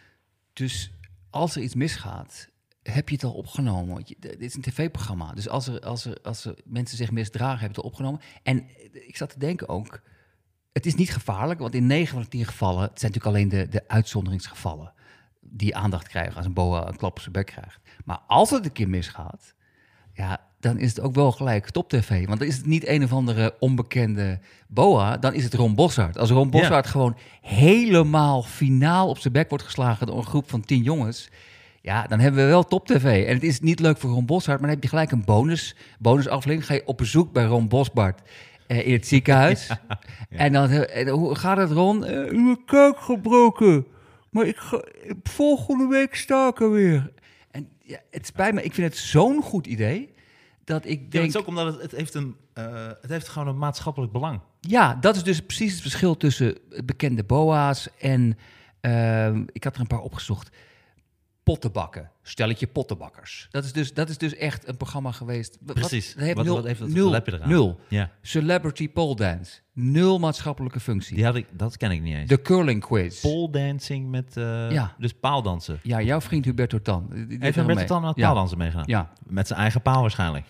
Dus als er iets misgaat, heb je het al opgenomen. Je, dit is een tv-programma, dus als er, als, er, als er mensen zich misdragen, heb je het al opgenomen. En ik zat te denken ook, het is niet gevaarlijk, want in negen van de tien gevallen, het zijn natuurlijk alleen de, de uitzonderingsgevallen die aandacht krijgen als een boa een klap op zijn bek krijgt. Maar als het een keer misgaat, ja, dan is het ook wel gelijk top tv. Want dan is het niet een of andere onbekende boa, dan is het Ron Bossard. Als Ron Bossard ja. gewoon helemaal finaal op zijn bek wordt geslagen door een groep van tien jongens, ja, dan hebben we wel top tv. En het is niet leuk voor Ron Bossard, maar dan heb je gelijk een bonus, bonusaflevering. Ga je op bezoek bij Ron Bossard uh, in het ziekenhuis. ja, ja. En dan, uh, hoe gaat het, Ron? Uh, mijn kuik gebroken. Maar ik ga, volgende week sta ik er weer. En ja, het spijt me, ik vind het zo'n goed idee dat ik denk... Ja, het is ook omdat het, het, heeft een, uh, het heeft gewoon een maatschappelijk belang. Ja, dat is dus precies het verschil tussen bekende boa's en... Uh, ik had er een paar opgezocht. Pottenbakken. Stelletje pottenbakkers. Dat is dus, dat is dus echt een programma geweest. Precies. Wat, heeft wat, nul, wat heeft dat, nul, wat heb je eraan? Nul. Ja. Celebrity pole dance. Nul maatschappelijke functie. Die had ik, dat ken ik niet eens. De curling quiz. Pole dancing met... Uh, ja. Dus paaldansen. Ja, jouw vriend Huberto Tan. Die, die heeft Huberto Tan met paaldansen ja. meegedaan? Ja. Met zijn eigen paal waarschijnlijk.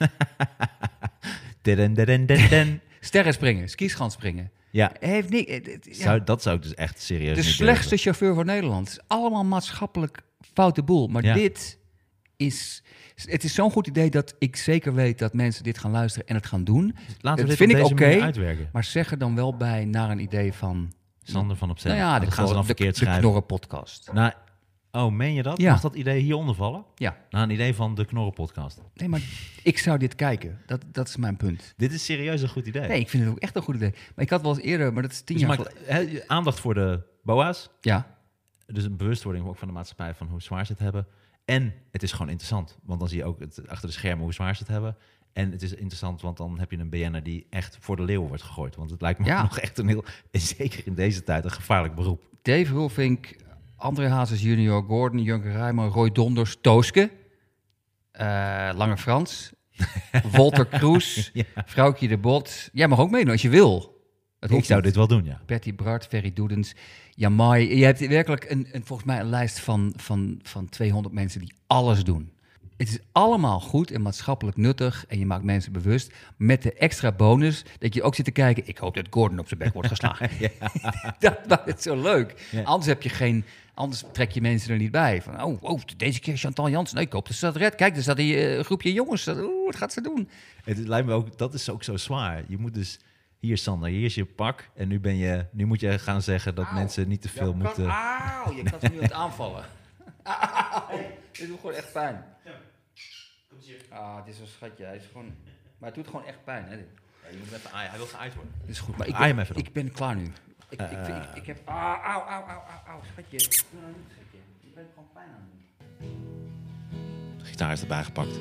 den, den, den, den. Sterren springen. Skischans springen. Ja. Heeft niet, ja. Zou, dat zou ik dus echt serieus De niet slechtste durven. chauffeur van Nederland. Het is allemaal maatschappelijk foute boel. Maar ja. dit is... Het is zo'n goed idee dat ik zeker weet dat mensen dit gaan luisteren en het gaan doen. Laten we dat dit vind op ik deze oké. Okay, uitwerken. Maar zeg er dan wel bij naar een idee van... Sander van Opzij. Nou ja, dat gaan ze dan verkeerd de, schrijven. De Knorren-podcast. Nou, oh, meen je dat? Ja. Mag dat idee hieronder vallen? Ja. Nou, een idee van de Knorren-podcast. Nee, maar ik zou dit kijken. Dat, dat is mijn punt. Dit is serieus een goed idee. Nee, ik vind het ook echt een goed idee. Maar ik had wel eens eerder, maar dat is tien dus jaar geleden. Aandacht voor de boa's. Ja. Dus een bewustwording ook van de maatschappij van hoe zwaar ze het hebben. En het is gewoon interessant, want dan zie je ook het, achter de schermen hoe zwaar ze het hebben. En het is interessant, want dan heb je een B N'er die echt voor de leeuw wordt gegooid. Want het lijkt me ja. nog echt een heel, zeker in deze tijd, een gevaarlijk beroep. Dave Roelvink, André Hazes junior, Gordon, Jurgen Rijmer, Roy Donders, Tooske, uh, Lange Frans, Walter Kroes, ja. Vrouwtje de Bot. Jij mag ook meedoen als je wil. Het ik zou niet. dit wel doen, ja. Patty Bart, Ferry Doedens, Jamai. Je hebt werkelijk een, een, volgens mij een lijst van, van, van tweehonderd mensen die alles doen. Het is allemaal goed en maatschappelijk nuttig en je maakt mensen bewust. Met de extra bonus dat je ook zit te kijken. Ik hoop dat Gordon op zijn bek wordt geslagen. ja. Dat maakt het zo leuk. Ja. Anders heb je geen... Anders trek je mensen er niet bij. Van, oh, oh deze keer Chantal Jansen. Nee, ik hoop dat ze dat redt. Kijk, er staat die uh, groepje jongens. Oeh, wat gaat ze doen? Het lijkt me ook, dat is ook zo zwaar. Je moet dus... Hier, Sander, hier is je pak. En nu, ben je, nu moet je gaan zeggen dat Auw. mensen niet te veel ja, moeten... Auw, je kan ze nu aan het aanvallen. Auw, dit doet gewoon echt pijn. Ja. Ah, het is een schatje. Hij is gewoon... Maar het doet gewoon echt pijn, hè? Dit. Ja, je moet hem even aaien. Hij wil geaaid worden. Dat is goed, maar ik Aai hem ben, even dan. ik ben klaar nu. Ik, Uh, ik, ik, ik heb... Ah, auw, auw, auw, auw, auw, schatje. Nou, niet, schatje. Ik ben gewoon pijn aan het doen. De gitaar is erbij gepakt.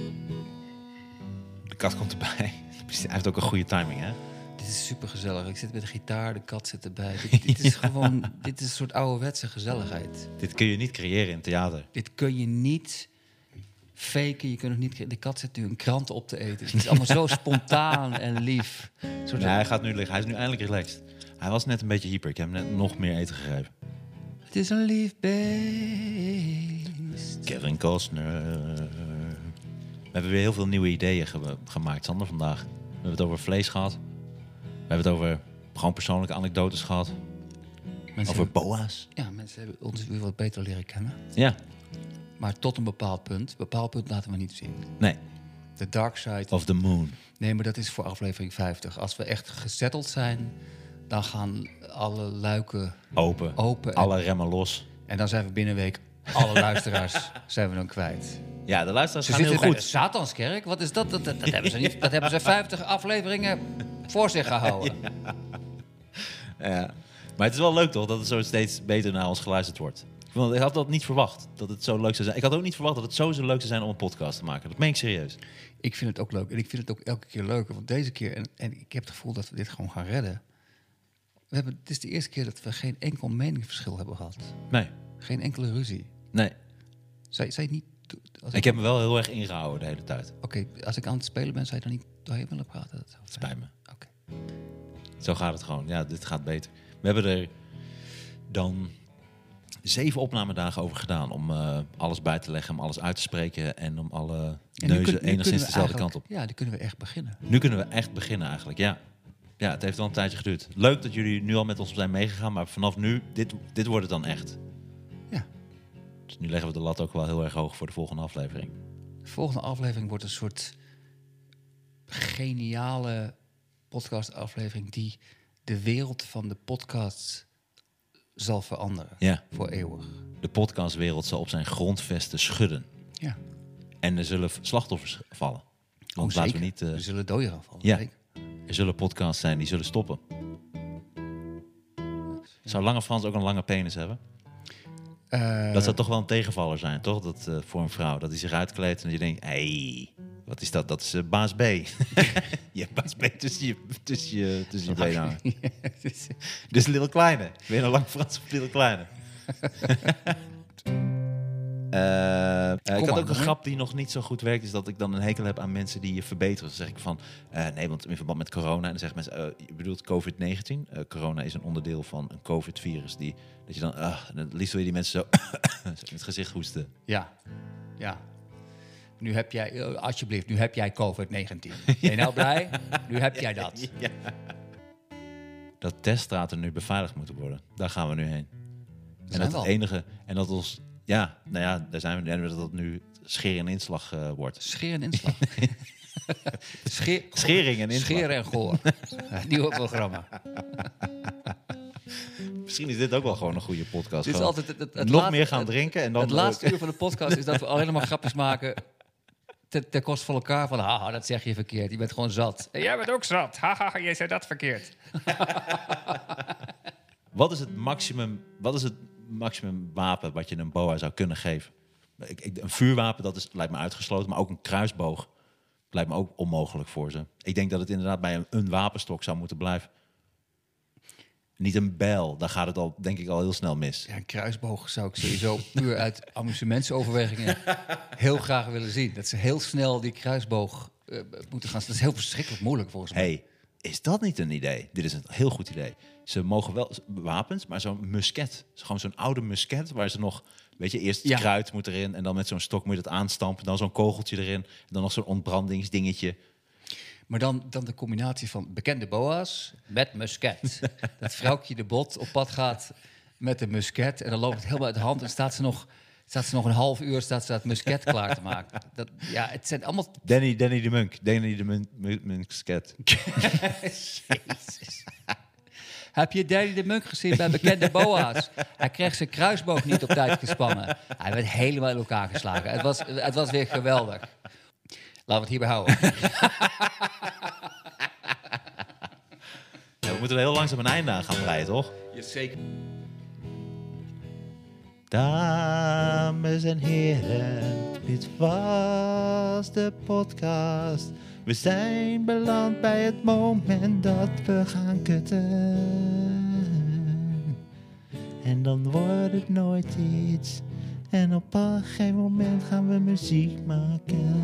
De kat komt erbij. Hij heeft ook een goede timing, hè? Dit is super gezellig. Ik zit met de gitaar, de kat zit erbij. Dit, dit is gewoon... Dit is een soort ouderwetse gezelligheid. Dit kun je niet creëren in theater. Dit kun je niet faken. Je kunt het niet... De kat zit nu een krant op te eten. Het is allemaal zo spontaan en lief. Soort Nee, hij gaat nu liggen. Hij is nu eindelijk relaxed. Hij was net een beetje hyper. Ik heb hem net nog meer eten gegeven. Het is een lief beest. Kevin Costner. We hebben weer heel veel nieuwe ideeën ge- gemaakt, Sander, vandaag. We hebben het over vlees gehad. We hebben het over gewoon persoonlijke anekdotes gehad. Mensen Over hebben, boa's. ja, mensen hebben ons weer wat beter leren kennen. Ja. Maar tot een bepaald punt. Een bepaald punt laten we niet zien. Nee. De dark side. Of the moon. Nee, maar dat is voor aflevering vijftig. Als we echt gesetteld zijn, dan gaan alle luiken Open. open. En, Alle remmen los. en dan zijn we binnen een week, alle luisteraars zijn we dan kwijt. Ja, de luisteraars Ze gaan heel zitten bij de goed. Satanskerk. Wat is dat? Dat, dat, dat hebben ze niet. Dat hebben ze vijftig afleveringen voor zich gehouden. Ja. Maar het is wel leuk toch, dat het zo steeds beter naar ons geluisterd wordt. Ik, vond, ik had dat niet verwacht, dat het zo leuk zou zijn. Ik had ook niet verwacht dat het zo, zo leuk zou zijn om een podcast te maken. Dat meen ik serieus. Ik vind het ook leuk. En ik vind het ook elke keer leuker. Want deze keer, en, en ik heb het gevoel dat we dit gewoon gaan redden. We hebben, het is de eerste keer dat we geen enkel meningsverschil hebben gehad. Nee. Geen enkele ruzie. Nee. Zij, zij niet... Als Ik heb me wel heel erg ingehouden de hele tijd. Oké, okay, als ik aan het spelen ben, zou je dan niet doorheen willen praten? Dat Het spijt me. Oké. Zo gaat het gewoon. Ja, dit gaat beter. We hebben er dan zeven opnamedagen over gedaan om uh, alles bij te leggen, om alles uit te spreken en om alle En neuzen kun, enigszins dezelfde kant op. Ja, nu kunnen we echt beginnen. Nu kunnen we echt beginnen eigenlijk, ja. Ja, het heeft wel een tijdje geduurd. Leuk dat jullie nu al met ons zijn meegegaan, maar vanaf nu, dit, dit wordt het dan echt. Ja. Dus nu leggen we de lat ook wel heel erg hoog voor de volgende aflevering. De volgende aflevering wordt een soort geniale podcastaflevering die de wereld van de podcast zal veranderen. Ja. Voor eeuwig. De podcastwereld zal op zijn grondvesten schudden. Ja. En er zullen slachtoffers vallen. Want Oh, laten zeker. we niet... Uh, er zullen doden gaan vallen. Ja. Zeker. Er zullen podcasts zijn die zullen stoppen. Zou Lange Frans ook een lange penis hebben? Uh, Dat zou toch wel een tegenvaller zijn, toch? Dat, uh, voor een vrouw. Dat hij zich uitkleedt en dat je denkt... Hé, hey, wat is dat? Dat is uh, baas B. Je hebt baas B tussen je, tussen je, tussen je benen hangen. Dus Little Kleine. Ben je een Lange Frans of Little Kleine? Uh, uh, ik had ook een grap die nog niet zo goed werkt. Is dat ik dan een hekel heb aan mensen die je verbeteren. Dan zeg ik van, uh, nee, want in verband met corona. En dan zeggen mensen, uh, je bedoelt covid negentien. Uh, corona is een onderdeel van een covid-virus. Die, dat je dan, uh, het liefst wil je die mensen zo in het gezicht hoesten. Ja, ja. Nu heb jij, uh, alsjeblieft, nu heb jij covid negentien. Ben je nou blij? Nu heb jij dat. Ja. Dat teststraten nu beveiligd moeten worden. Daar gaan we nu heen. En dat het enige, en dat ons... Ja, nou ja, daar zijn we. En dat het nu scheer en inslag uh, wordt. Scheer en inslag. Scheer, Schering en inslag. Scheer en goor. Nieuwe programma. Misschien is dit ook wel gewoon een goede podcast. Dit is altijd het, het, het nog laat, meer gaan het, drinken. En dan het laatste uur van de podcast is dat we alleen maar grapjes maken. Ten, ten koste van elkaar. Van, haha, dat zeg je verkeerd. Je bent gewoon zat. En jij bent ook zat. Haha, jij zei dat verkeerd. Wat is het maximum... Wat is het maximum wapen wat je een boa zou kunnen geven? Ik, ik, een vuurwapen, dat is, lijkt me uitgesloten. Maar ook een kruisboog lijkt me ook onmogelijk voor ze. Ik denk dat het inderdaad bij een, een wapenstok zou moeten blijven. Niet een bijl. Daar gaat het al, denk ik, al heel snel mis. Ja, een kruisboog zou ik sowieso puur uit amusementsoverwegingen heel graag willen zien. Dat ze heel snel die kruisboog uh, moeten gaan. Dat is heel verschrikkelijk moeilijk volgens mij. Hey, is dat niet een idee? Dit is een heel goed idee. Ze mogen wel wapens, maar zo'n musket. Gewoon zo'n oude musket waar ze nog... Weet je, eerst het ja. kruid moet erin en dan met zo'n stok moet je dat aanstampen. Dan zo'n kogeltje erin en dan nog zo'n ontbrandingsdingetje. Maar dan, dan de combinatie van bekende boa's met musket. Dat vrouwtje de bot op pad gaat met de musket en dan loopt het helemaal uit de hand en staat ze nog... Staat ze nog een half uur staat ze dat musket klaar te maken. Dat, ja, het zijn allemaal... Danny, Danny de Munk. Danny de Munk, musket. Jezus. Heb je Danny de Munk gezien bij bekende boa's? Hij kreeg zijn kruisboog niet op tijd gespannen. Hij werd helemaal in elkaar geslagen. Het was, het was weer geweldig. Laten we het hierbij houden. Ja, we moeten er heel langzaam een einde aan gaan breien, toch? Jazeker. Dames en heren, dit was de podcast. We zijn beland bij het moment dat we gaan kutten. En dan wordt het nooit iets. En op een gegeven moment gaan we muziek maken.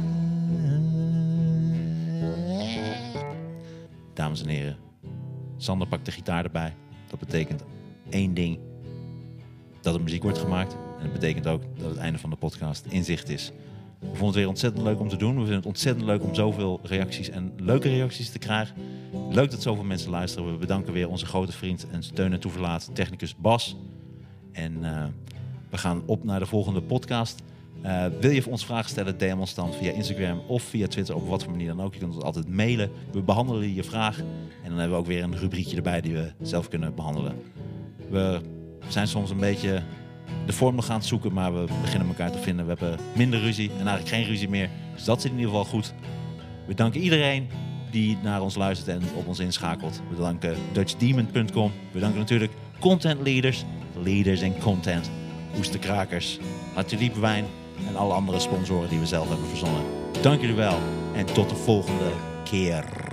Dames en heren, Sander pakt de gitaar erbij. Dat betekent één ding. Dat er muziek wordt gemaakt. En dat betekent ook dat het einde van de podcast in zicht is. We vonden het weer ontzettend leuk om te doen. We vinden het ontzettend leuk om zoveel reacties en leuke reacties te krijgen. Leuk dat zoveel mensen luisteren. We bedanken weer onze grote vriend en steun en toeverlaat, technicus Bas. En uh, we gaan op naar de volgende podcast. Uh, wil je voor ons vragen stellen, D M ons dan via Instagram of via Twitter, op wat voor manier dan ook. Je kunt ons altijd mailen. We behandelen je vraag. En dan hebben we ook weer een rubriekje erbij die we zelf kunnen behandelen. We zijn soms een beetje de vorm nog aan het zoeken, maar we beginnen elkaar te vinden. We hebben minder ruzie en eigenlijk geen ruzie meer. Dus dat zit in ieder geval goed. We danken iedereen die naar ons luistert en op ons inschakelt. We danken Dutch Demon punt com. We danken natuurlijk Content Leaders, Leaders in Content, Oesterkrakers, Harteliep Wijn en alle andere sponsoren die we zelf hebben verzonnen. Dank jullie wel en tot de volgende keer.